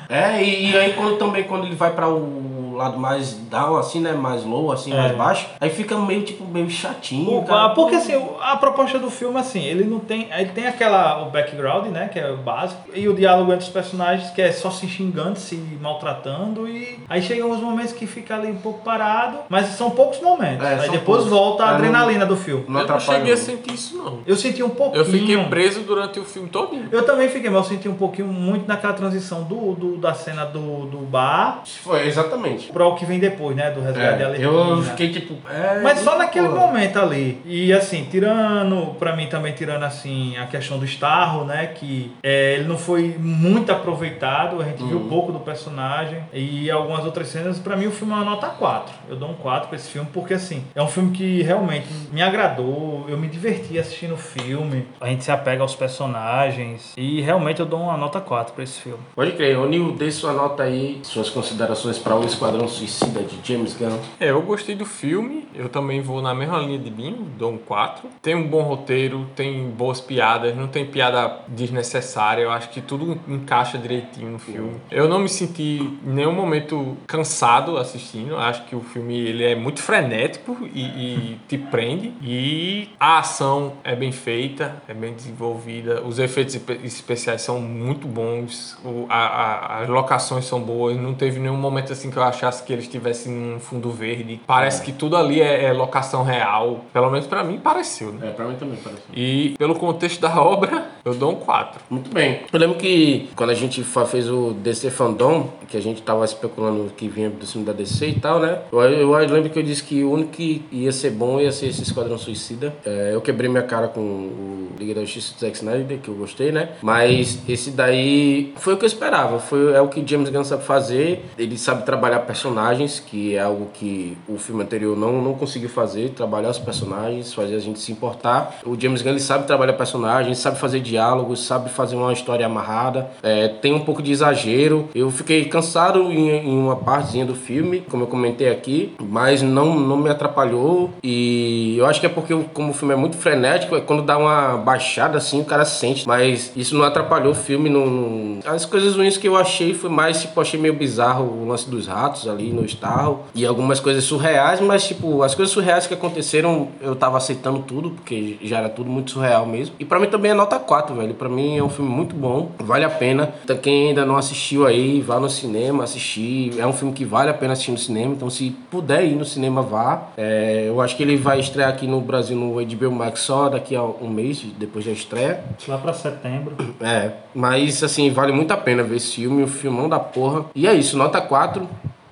Speaker 2: É, e, e aí quando, também quando ele vai pra o lado mais down, assim, né? Mais low, assim,
Speaker 3: É.
Speaker 2: mais baixo, aí fica meio, tipo, meio chatinho.
Speaker 3: O-
Speaker 2: cara.
Speaker 3: porque assim, o- a proposta do filme, assim, ele não tem. Ele tem aquela. O background, né? Que é o básico. E o diálogo entre os personagens, que é só se xingando, se maltratando. E aí chegam os momentos que fica ali um pouco parado. Mas são poucos momentos.
Speaker 2: É,
Speaker 3: aí
Speaker 2: são
Speaker 3: depois
Speaker 2: poucos.
Speaker 3: volta a
Speaker 2: É,
Speaker 3: adrenalina do filme.
Speaker 2: Não
Speaker 4: Eu não
Speaker 2: atrapalha
Speaker 4: cheguei a
Speaker 2: muito.
Speaker 4: sentir isso, não.
Speaker 3: Eu senti um pouquinho.
Speaker 4: Eu fiquei preso durante o filme todinho.
Speaker 3: Eu também fiquei, mas eu senti um pouquinho muito naquela transição do, do- da cena do, do bar
Speaker 2: Foi, exatamente.
Speaker 3: para o que vem depois, né? Do resgate de
Speaker 2: É,
Speaker 3: Arlequina.
Speaker 2: eu fiquei, tipo... É,
Speaker 3: Mas só naquele
Speaker 2: pô.
Speaker 3: momento ali. E assim, tirando, pra mim também tirando assim, a questão do Starro, né? Que é, ele não foi muito aproveitado, a gente viu pouco do personagem. E algumas outras cenas, pra mim o filme é uma nota quatro. Eu dou um quatro pra esse filme, porque assim, é um filme que realmente me agradou, eu me diverti assistindo o filme. A gente se apega aos personagens. E realmente eu dou uma nota quatro pra esse filme.
Speaker 2: Pode crer. Ô, Nil, dê sua nota aí, suas considerações para o Esquadrão Suicida de James Gunn.
Speaker 4: É, eu gostei do filme, eu também vou na mesma linha de Binho, dou um quatro. Tem um bom roteiro, tem boas piadas, não tem piada desnecessária, eu acho que tudo encaixa direitinho no filme. Eu não me senti em nenhum momento cansado assistindo, eu acho que o filme ele é muito frenético e, e te prende. E a ação é bem feita, é bem desenvolvida, os efeitos espe- especiais são muito bons, o- a- a- as locações são boas, não teve nenhum momento assim que eu achasse que eles estivessem num fundo verde. Parece que tudo ali é, é locação real, pelo menos pra mim pareceu, né?
Speaker 2: É, pra mim também parece.
Speaker 4: E pelo contexto da obra, eu dou um quatro.
Speaker 2: Muito bem. Eu lembro que quando a gente fa- fez o D C Fandom, que a gente tava especulando que vinha do filme da D C e tal, né? Eu, eu, eu lembro que eu disse que o único que ia ser bom ia ser esse Esquadrão Suicida. É, eu quebrei minha cara com o Liga da Justiça do Zack Snyder, que eu gostei, né? Mas esse daí foi o que eu esperava. Foi, é o que James Gunn sabe fazer. Ele sabe trabalhar personagens, que é algo que o filme anterior não, não conseguiu fazer. Trabalhar os personagens, fazer a gente se importar. O James Gunn ele sabe trabalhar personagens, sabe fazer diálogos, sabe fazer uma história amarrada. É, tem um pouco de exagero. Eu fiquei cansado em, em uma partezinha do filme, como eu comentei aqui, mas não, não me atrapalhou. E eu acho que é porque, como o filme é muito frenético, é quando dá uma baixada assim, o cara sente. Mas isso não atrapalhou o filme. Não, não... As coisas ruins que eu achei foi mais, tipo, achei meio bizarro o lance dos ratos ali no Starro. E algumas coisas surreais, mas, tipo, as coisas surreais que aconteceram, eu tava aceitando tudo, porque já era tudo muito surreal mesmo. E pra mim também é nota quatro, velho. Pra mim é um filme muito bom, vale a pena. Então, quem ainda não assistiu aí, vá no cinema assistir. É um filme que vale a pena assistir no cinema, então se puder ir no cinema, vá. É, eu acho que ele vai estrear aqui no Brasil no H B O Max só daqui a um mês, depois da estreia.
Speaker 3: Lá pra setembro.
Speaker 2: É, mas assim, vale muito a pena ver esse filme, o filmão da porra. E é isso, nota quatro.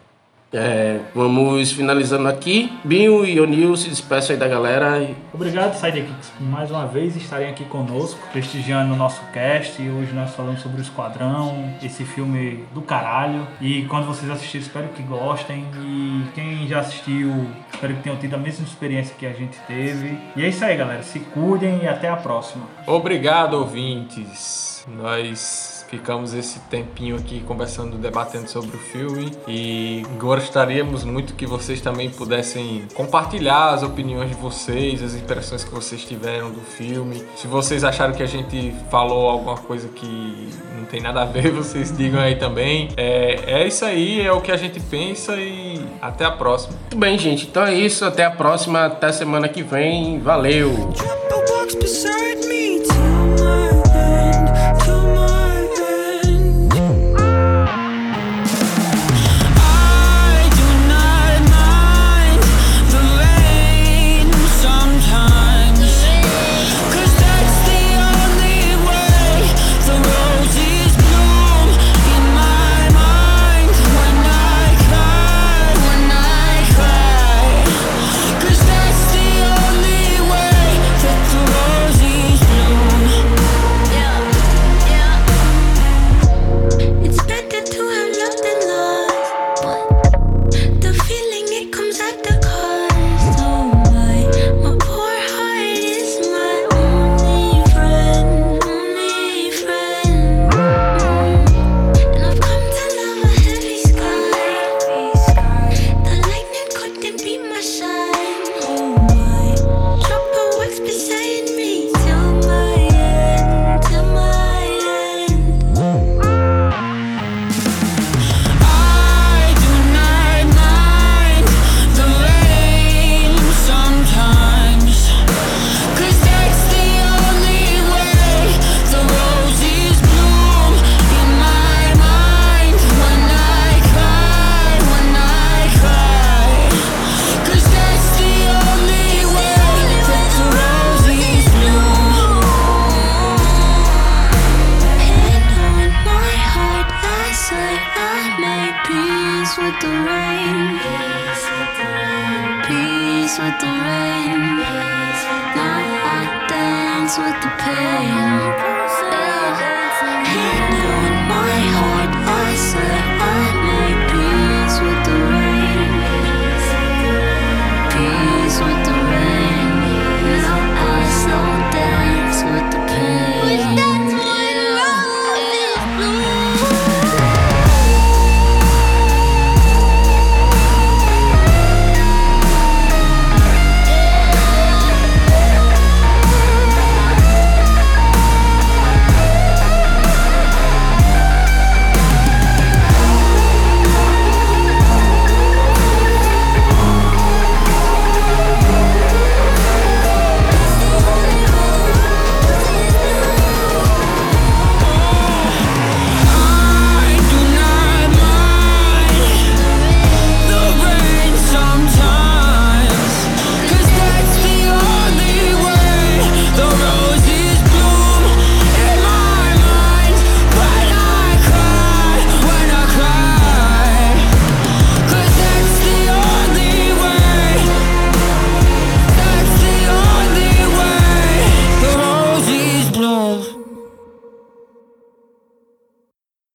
Speaker 2: É, vamos finalizando aqui. Binho e O'Neill se despeçam aí da galera.
Speaker 3: Obrigado, Sidekicks, por mais uma vez estarem aqui conosco, prestigiando o nosso cast. E hoje nós falamos sobre o Esquadrão, esse filme do caralho. E quando vocês assistirem, espero que gostem. E quem já assistiu, espero que tenham tido a mesma experiência que a gente teve. E é isso aí, galera. Se cuidem e até a próxima.
Speaker 4: Obrigado, ouvintes. Nós ficamos esse tempinho aqui conversando, debatendo sobre o filme e gostaríamos muito que vocês também pudessem compartilhar as opiniões de vocês, as impressões que vocês tiveram do filme. Se vocês acharam que a gente falou alguma coisa que não tem nada a ver, vocês digam aí também. É, é isso aí, é o que a gente pensa e até a próxima.
Speaker 2: Muito bem, gente. Então é isso. Até a próxima. Até semana que vem. Valeu!
Speaker 5: The walks beside me till my end, till my end. I do not mind the rain sometimes, 'cause that's the only way the roses bloom in my mind. When I cry, when I cry, 'cause that's the only way that the roses bloom. dance with the rain. Now I dance with the pain. Yeah. He knew in my heart